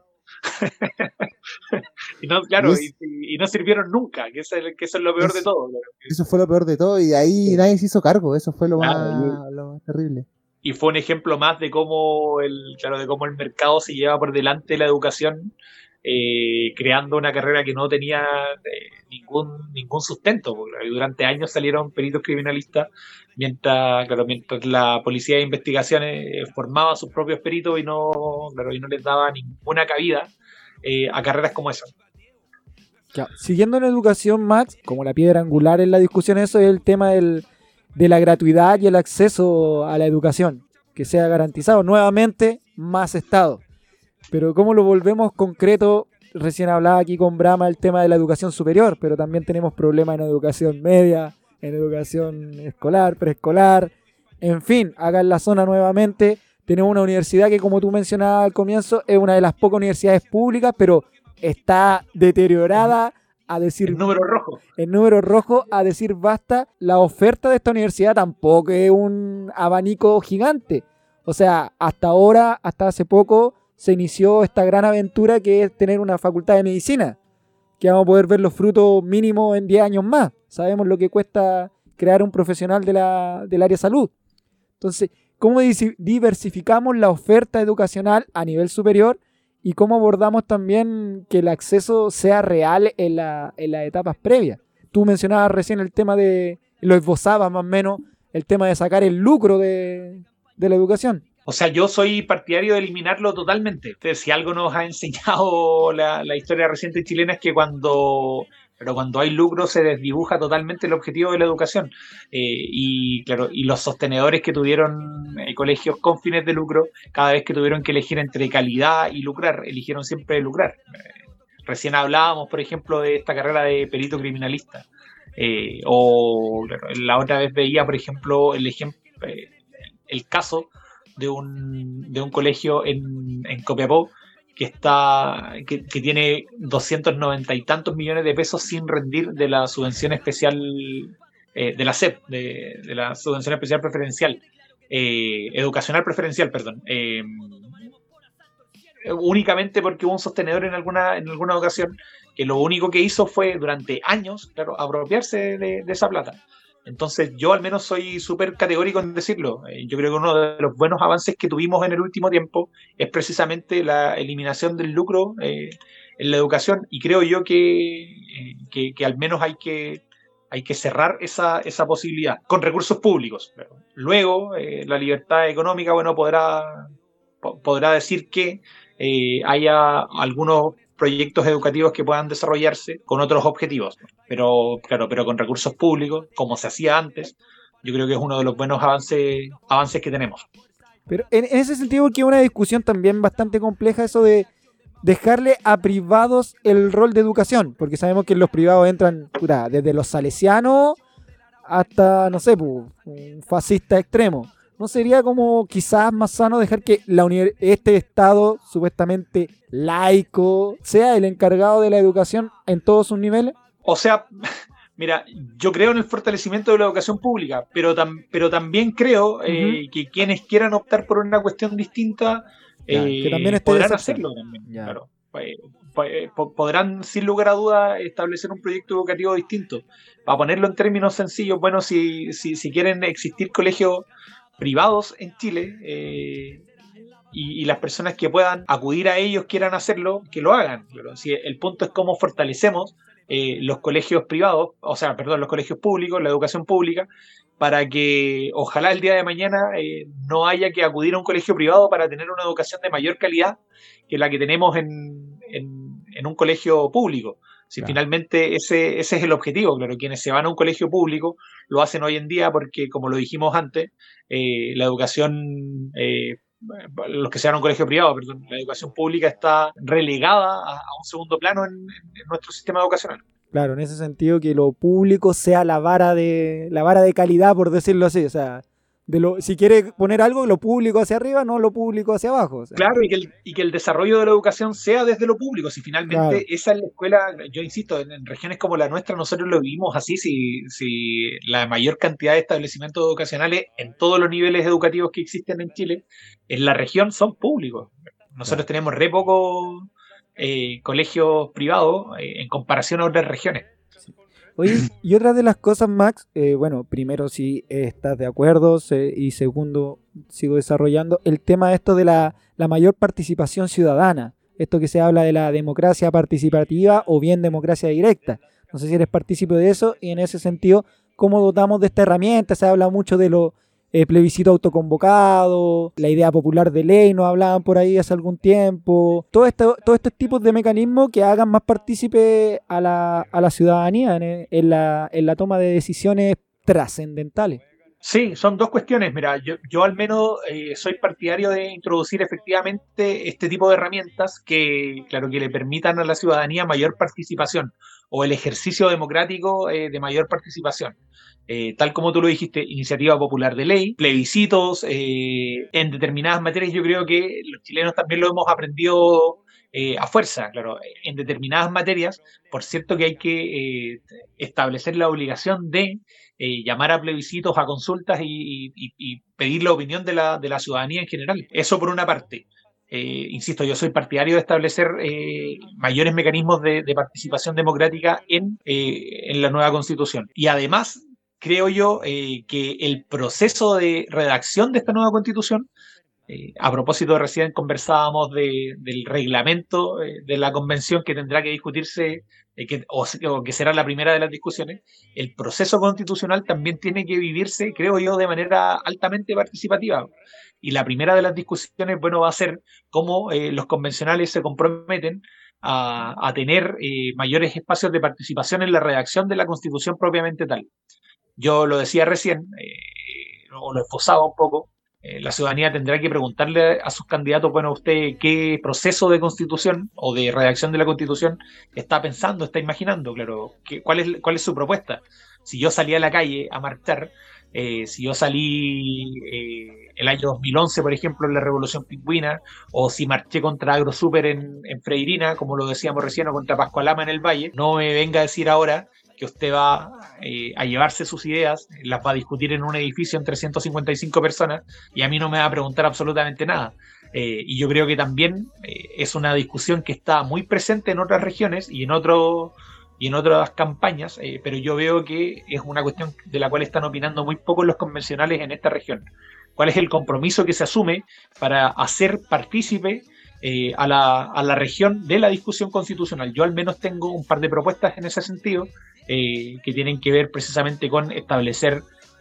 y no sirvieron nunca, que eso es lo peor de todo. Eso fue lo peor de todo y de ahí nadie se hizo cargo. Eso fue lo más terrible. Y fue un ejemplo más de cómo el mercado se lleva por delante la educación, creando una carrera que no tenía ningún sustento. Y durante años salieron peritos criminalistas, mientras la policía de investigaciones formaba sus propios peritos y no les daba ninguna cabida a carreras como esa. Ya. Siguiendo en educación, Max, como la piedra angular en la discusión, eso es el tema de la gratuidad y el acceso a la educación, que sea garantizado. Nuevamente, más Estado. Pero ¿cómo lo volvemos concreto? Recién hablaba aquí con Brahma el tema de la educación superior, pero también tenemos problemas en educación media, en educación escolar, preescolar, en fin, acá en la zona nuevamente tenemos una universidad que, como tú mencionabas al comienzo, es una de las pocas universidades públicas, pero está deteriorada a decir... En número rojo a decir basta. La oferta de esta universidad tampoco es un abanico gigante. O sea, hasta hace poco, se inició esta gran aventura que es tener una facultad de medicina, que vamos a poder ver los frutos mínimos en 10 años más. Sabemos lo que cuesta crear un profesional del área de salud. Entonces, ¿cómo diversificamos la oferta educacional a nivel superior y cómo abordamos también que el acceso sea real en las etapas previas? Tú mencionabas recién el tema lo esbozabas más o menos, el tema de sacar el lucro de la educación. O sea, yo soy partidario de eliminarlo totalmente. Entonces, si algo nos ha enseñado la historia reciente chilena es que cuando pero cuando hay lucro se desdibuja totalmente el objetivo de la educación. Y claro, y los sostenedores que tuvieron colegios con fines de lucro, cada vez que tuvieron que elegir entre calidad y lucrar, eligieron siempre lucrar. Recién hablábamos, por ejemplo, de esta carrera de perito criminalista. Claro, la otra vez veía, por ejemplo, el caso de un colegio en Copiapó que tiene 290 y tantos millones de pesos sin rendir de la subvención especial de la SEP, de la subvención especial preferencial, educacional preferencial, perdón, únicamente porque hubo un sostenedor en alguna ocasión que lo único que hizo fue durante años, claro, apropiarse de esa plata. Entonces yo al menos soy súper categórico en decirlo. Yo creo que uno de los buenos avances que tuvimos en el último tiempo es precisamente la eliminación del lucro en la educación, y creo yo que al menos hay que cerrar esa posibilidad con recursos públicos. Luego la libertad económica, bueno, podrá decir que haya algunos proyectos educativos que puedan desarrollarse con otros objetivos, pero claro, pero con recursos públicos, como se hacía antes. Yo creo que es uno de los buenos avances que tenemos. Pero en ese sentido que es una discusión también bastante compleja eso de dejarle a privados el rol de educación, porque sabemos que en los privados entran desde los salesianos hasta, no sé, un fascista extremo. ¿No sería como quizás más sano dejar que este Estado supuestamente laico sea el encargado de la educación en todos sus niveles? O sea, mira, yo creo en el fortalecimiento de la educación pública, pero también creo que quienes quieran optar por una cuestión distinta que también podrán hacerlo también. Claro. Podrán sin lugar a dudas establecer un proyecto educativo distinto. Para ponerlo en términos sencillos, bueno, si quieren existir colegios privados en Chile y las personas que puedan acudir a ellos quieran hacerlo, que lo hagan. Si el punto es cómo fortalecemos los colegios privados, los colegios públicos, la educación pública, para que ojalá el día de mañana no haya que acudir a un colegio privado para tener una educación de mayor calidad que la que tenemos en un colegio público. Si claro. Finalmente ese es el objetivo, claro, quienes se van a un colegio público lo hacen hoy en día porque, como lo dijimos antes, la educación, los que se van a un colegio privado, perdón, la educación pública está relegada a un segundo plano en nuestro sistema educacional. Claro, en ese sentido que lo público sea la vara de calidad, por decirlo así, o sea, si quiere poner algo, lo público hacia arriba, no lo público hacia abajo. O sea. Claro, y que el desarrollo de la educación sea desde lo público. Si finalmente claro. Esa es la escuela, yo insisto, en regiones como la nuestra nosotros lo vivimos así, si la mayor cantidad de establecimientos educacionales en todos los niveles educativos que existen en Chile, en la región son públicos. Nosotros tenemos re pocos colegios privados en comparación a otras regiones. Oye, y otra de las cosas, Max, primero si estás de acuerdo y segundo, sigo desarrollando el tema de esto de la mayor participación ciudadana, esto que se habla de la democracia participativa o bien democracia directa. No sé si eres partícipe de eso y en ese sentido, ¿cómo dotamos de esta herramienta? Se habla mucho de lo plebiscito autoconvocado, la idea popular de ley, nos hablaban por ahí hace algún tiempo. Todos estos tipos de mecanismos que hagan más partícipe a la ciudadanía en la toma de decisiones trascendentales. Sí, son dos cuestiones. Mira, yo al menos soy partidario de introducir efectivamente este tipo de herramientas que, claro, que le permitan a la ciudadanía mayor participación o el ejercicio democrático de mayor participación. Tal como tú lo dijiste, iniciativa popular de ley, plebiscitos, en determinadas materias. Yo creo que los chilenos también lo hemos aprendido a fuerza, claro, en determinadas materias. Por cierto que hay que establecer la obligación de llamar a plebiscitos, a consultas y pedir la opinión de la ciudadanía en general. Eso por una parte. Insisto, yo soy partidario de establecer mayores mecanismos de participación democrática en la nueva Constitución. Y además, creo yo que el proceso de redacción de esta nueva Constitución, a propósito, recién conversábamos del reglamento de la convención que tendrá que discutirse, o que será la primera de las discusiones. El proceso constitucional también tiene que vivirse, creo yo, de manera altamente participativa. Y la primera de las discusiones, bueno, va a ser cómo los convencionales se comprometen a tener mayores espacios de participación en la redacción de la Constitución propiamente tal. Yo lo decía recién, o lo esbozaba un poco, la ciudadanía tendrá que preguntarle a sus candidatos, bueno, usted qué proceso de constitución o de redacción de la Constitución está pensando, está imaginando, claro, cuál es su propuesta. Si yo salí a la calle a marchar, si yo salí el año 2011, por ejemplo, en la Revolución Pingüina, o si marché contra AgroSuper en Freirina, como lo decíamos recién, o contra Pascualama en el Valle, no me venga a decir ahora que usted va a llevarse sus ideas, las va a discutir en un edificio entre 155 personas y a mí no me va a preguntar absolutamente nada. Y yo creo que también es una discusión que está muy presente en otras regiones y en otras campañas, pero yo veo que es una cuestión de la cual están opinando muy pocos los convencionales en esta región. ¿Cuál es el compromiso que se asume para hacer partícipe a la región de la discusión constitucional? Yo al menos tengo un par de propuestas en ese sentido que tienen que ver precisamente con establecer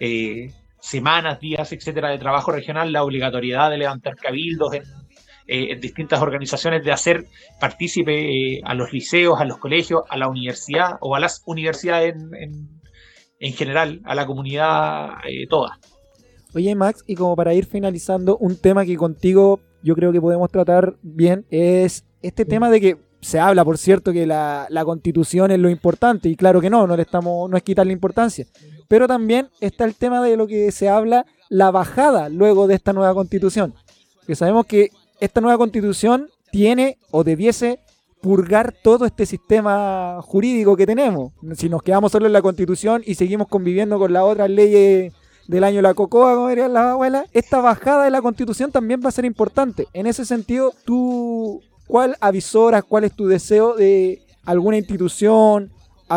semanas, días, etcétera, de trabajo regional, la obligatoriedad de levantar cabildos en distintas organizaciones, de hacer partícipe a los liceos, a los colegios, a la universidad o a las universidades en general, a la comunidad toda. Oye, Max, y como para ir finalizando, un tema que contigo yo creo que podemos tratar bien es este tema de que se habla, por cierto, que la Constitución es lo importante, y claro que no es quitarle importancia, pero también está el tema de lo que se habla, la bajada luego de esta nueva Constitución, que sabemos que esta nueva Constitución tiene o debiese purgar todo este sistema jurídico que tenemos. Si nos quedamos solo en la Constitución y seguimos conviviendo con las otras leyes del año de la cocoa, como dirían las abuelas, esta bajada de la Constitución también va a ser importante. En ese sentido, tú, ¿cuál avisoras, cuál es tu deseo de alguna institución,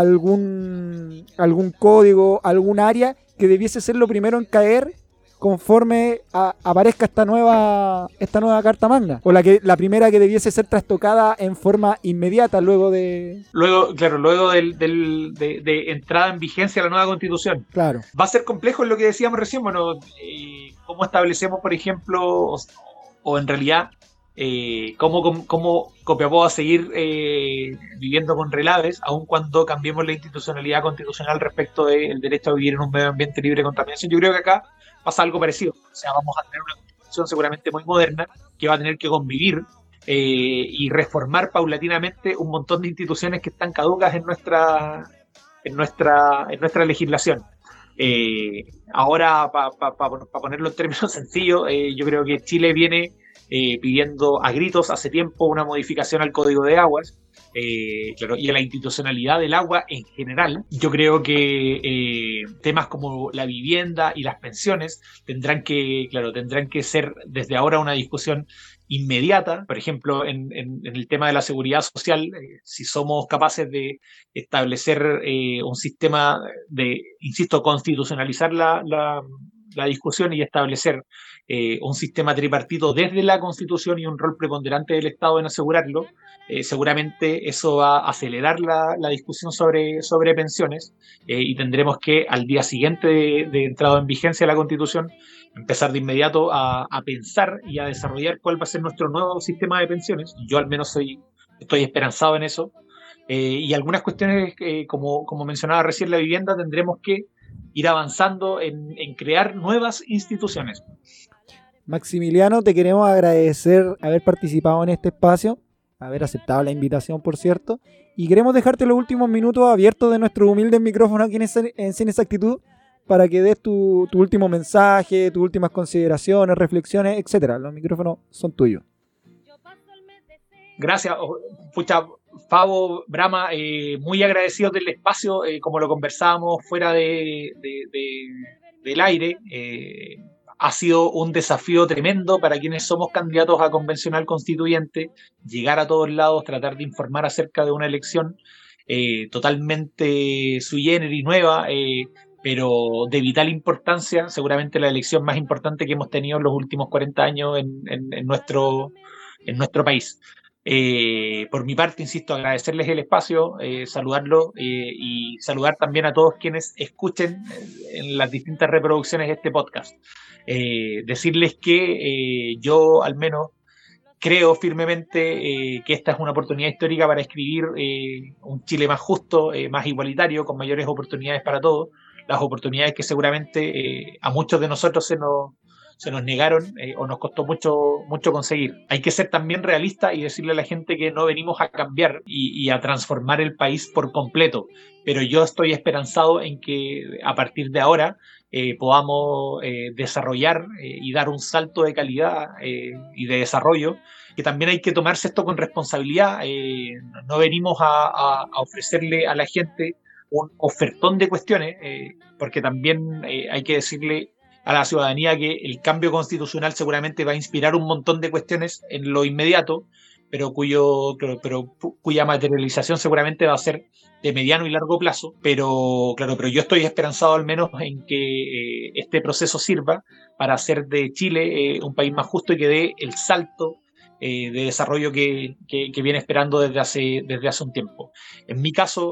algún código, algún área que debiese ser lo primero en caer conforme aparezca esta nueva Carta Magna, o la primera que debiese ser trastocada en forma inmediata luego de entrada en vigencia la nueva Constitución? Claro. Va a ser complejo lo que decíamos recién, bueno, cómo establecemos, por ejemplo, o en realidad cómo Copiapó va a seguir viviendo con relaves, aun cuando cambiemos la institucionalidad constitucional respecto del derecho a vivir en un medio ambiente libre de contaminación. Yo creo que acá pasa algo parecido. O sea, vamos a tener una constitución seguramente muy moderna que va a tener que convivir y reformar paulatinamente un montón de instituciones que están caducas en nuestra legislación. Ahora, para ponerlo en términos sencillos, yo creo que Chile viene pidiendo a gritos hace tiempo una modificación al Código de Aguas, claro, y a la institucionalidad del agua en general. Yo creo que temas como la vivienda y las pensiones tendrán que ser desde ahora una discusión inmediata. Por ejemplo, en el tema de la seguridad social, si somos capaces de establecer un sistema de, insisto, constitucionalizar la discusión y establecer un sistema tripartito desde la Constitución y un rol preponderante del Estado en asegurarlo, seguramente eso va a acelerar la discusión sobre pensiones y tendremos que al día siguiente de entrada en vigencia de la Constitución empezar de inmediato a pensar y a desarrollar cuál va a ser nuestro nuevo sistema de pensiones. Yo al menos estoy esperanzado en eso. Y algunas cuestiones, como mencionaba recién, la vivienda, tendremos que ir avanzando en crear nuevas instituciones. Maximiliano, te queremos agradecer haber participado en este espacio, haber aceptado la invitación, por cierto, y queremos dejarte los últimos minutos abiertos de nuestro humilde micrófono aquí en Sin Exactitud para que des tu último mensaje, tus últimas consideraciones, reflexiones, etcétera. Los micrófonos son tuyos. Gracias, pucha, Fabo, Brahma, muy agradecidos del espacio, como lo conversábamos fuera del aire. Ha sido un desafío tremendo para quienes somos candidatos a convencional constituyente, llegar a todos lados, tratar de informar acerca de una elección totalmente sui generis, nueva, pero de vital importancia, seguramente la elección más importante que hemos tenido en los últimos 40 años en nuestro país. Por mi parte, insisto, agradecerles el espacio, saludarlos y saludar también a todos quienes escuchen en las distintas reproducciones de este podcast. Decirles que yo al menos creo firmemente que esta es una oportunidad histórica para escribir un Chile más justo, más igualitario, con mayores oportunidades para todos. Las oportunidades que seguramente a muchos de nosotros se nos negaron o nos costó mucho conseguir. Hay que ser también realista y decirle a la gente que no venimos a cambiar y a transformar el país por completo, pero yo estoy esperanzado en que a partir de ahora podamos desarrollar y dar un salto de calidad y de desarrollo, que también hay que tomarse esto con responsabilidad. No venimos a ofrecerle a la gente un ofertón de cuestiones, porque también hay que decirle a la ciudadanía que el cambio constitucional seguramente va a inspirar un montón de cuestiones en lo inmediato, pero cuya materialización seguramente va a ser de mediano y largo plazo. Pero yo estoy esperanzado al menos en que este proceso sirva para hacer de Chile un país más justo y que dé el salto de desarrollo que viene esperando desde hace un tiempo. En mi caso,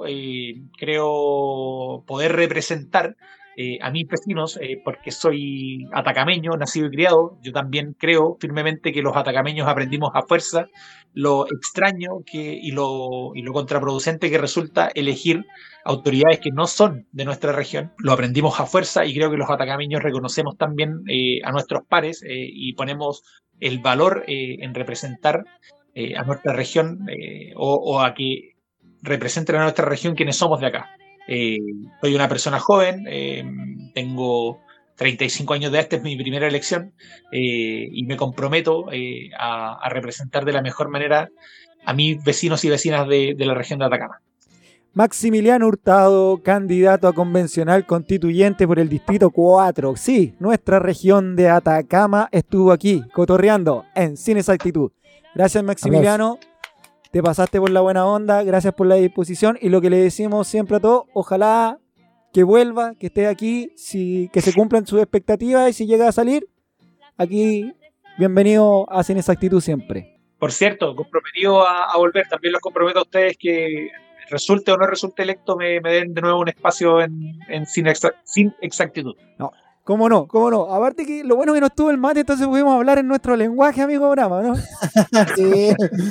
creo poder representar a mis vecinos, porque soy atacameño, nacido y criado. Yo también creo firmemente que los atacameños aprendimos a fuerza lo extraño y lo contraproducente que resulta elegir autoridades que no son de nuestra región. Lo aprendimos a fuerza y creo que los atacameños reconocemos también a nuestros pares y ponemos el valor en representar a nuestra región o a que representen a nuestra región quienes somos de acá. Soy una persona joven, tengo 35 años de edad, esta es mi primera elección y me comprometo a representar de la mejor manera a mis vecinos y vecinas de la región de Atacama. Maximiliano Hurtado, candidato a convencional constituyente por el Distrito 4. Sí, nuestra región de Atacama estuvo aquí, cotorreando en Sin Exactitud. Gracias, Maximiliano. Te pasaste por la buena onda, gracias por la disposición y lo que le decimos siempre a todos, ojalá que vuelva, que esté aquí, que se cumplan sus expectativas y si llega a salir, aquí bienvenido a Sin Exactitud siempre. Por cierto, comprometido a volver, también los comprometo a ustedes que resulte o no resulte electo, me den de nuevo un espacio en Sin Exactitud. No. ¿Cómo no? Aparte que lo bueno que no estuvo el mate, entonces pudimos hablar en nuestro lenguaje, amigo Brahma, ¿no? Sí,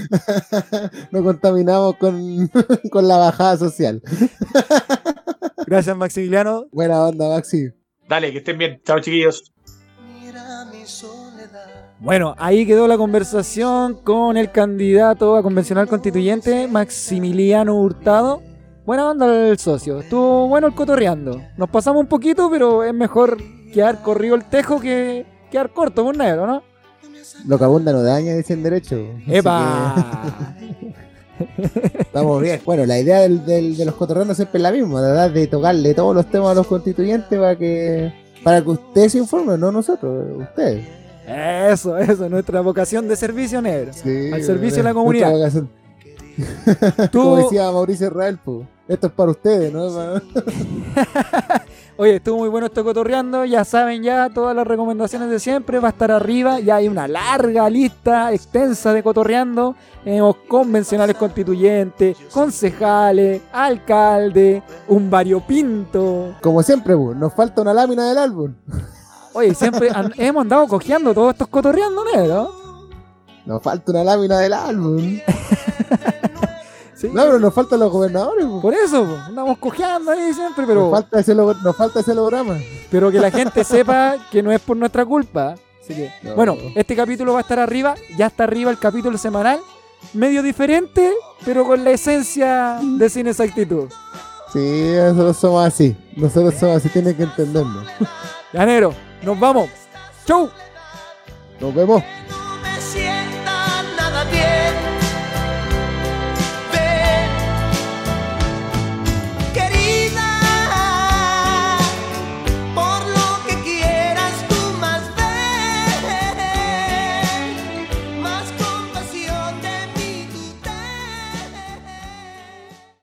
nos contaminamos con la bajada social. Gracias, Maximiliano. Buena onda, Maxi. Dale, que estén bien. Chao, chiquillos. Bueno, ahí quedó la conversación con el candidato a convencional constituyente, Maximiliano Hurtado. Buena onda el socio, estuvo bueno el cotorreando. Nos pasamos un poquito, pero es mejor quedar corrido el tejo que quedar corto, por negro, ¿no? Lo que abunda no daña, dicen derecho. ¡Epa! Estamos bien. Bueno, la idea de los cotorreando siempre es la misma, ¿verdad? De tocarle todos los temas a los constituyentes para que ustedes se informen, no nosotros, ustedes. Eso, nuestra vocación de servicio, negro. Sí, al servicio de la comunidad. Como decía Mauricio Israel, pues, esto es para ustedes, ¿no? Oye, estuvo muy bueno esto cotorreando. Ya saben, ya todas las recomendaciones de siempre. Va a estar arriba. Ya hay una larga lista extensa de cotorreando. Tenemos convencionales constituyentes, concejales, alcalde, un variopinto. Como siempre, pues, nos falta una lámina del álbum. Oye, siempre hemos andado cojeando todos estos cotorreando, ¿no? Nos falta una lámina del álbum. Sí. No, pero nos faltan los gobernadores. Por eso, andamos cojeando ahí siempre, pero nos falta ese holograma. Pero que la gente sepa que no es por nuestra culpa. Así que, no. Bueno, este capítulo va a estar arriba. Ya está arriba el capítulo semanal. Medio diferente, pero con la esencia de Sin Exactitud. Sí, nosotros somos así. Tienen que entenderlo. Llanero, nos vamos. ¡Chau! Nos vemos.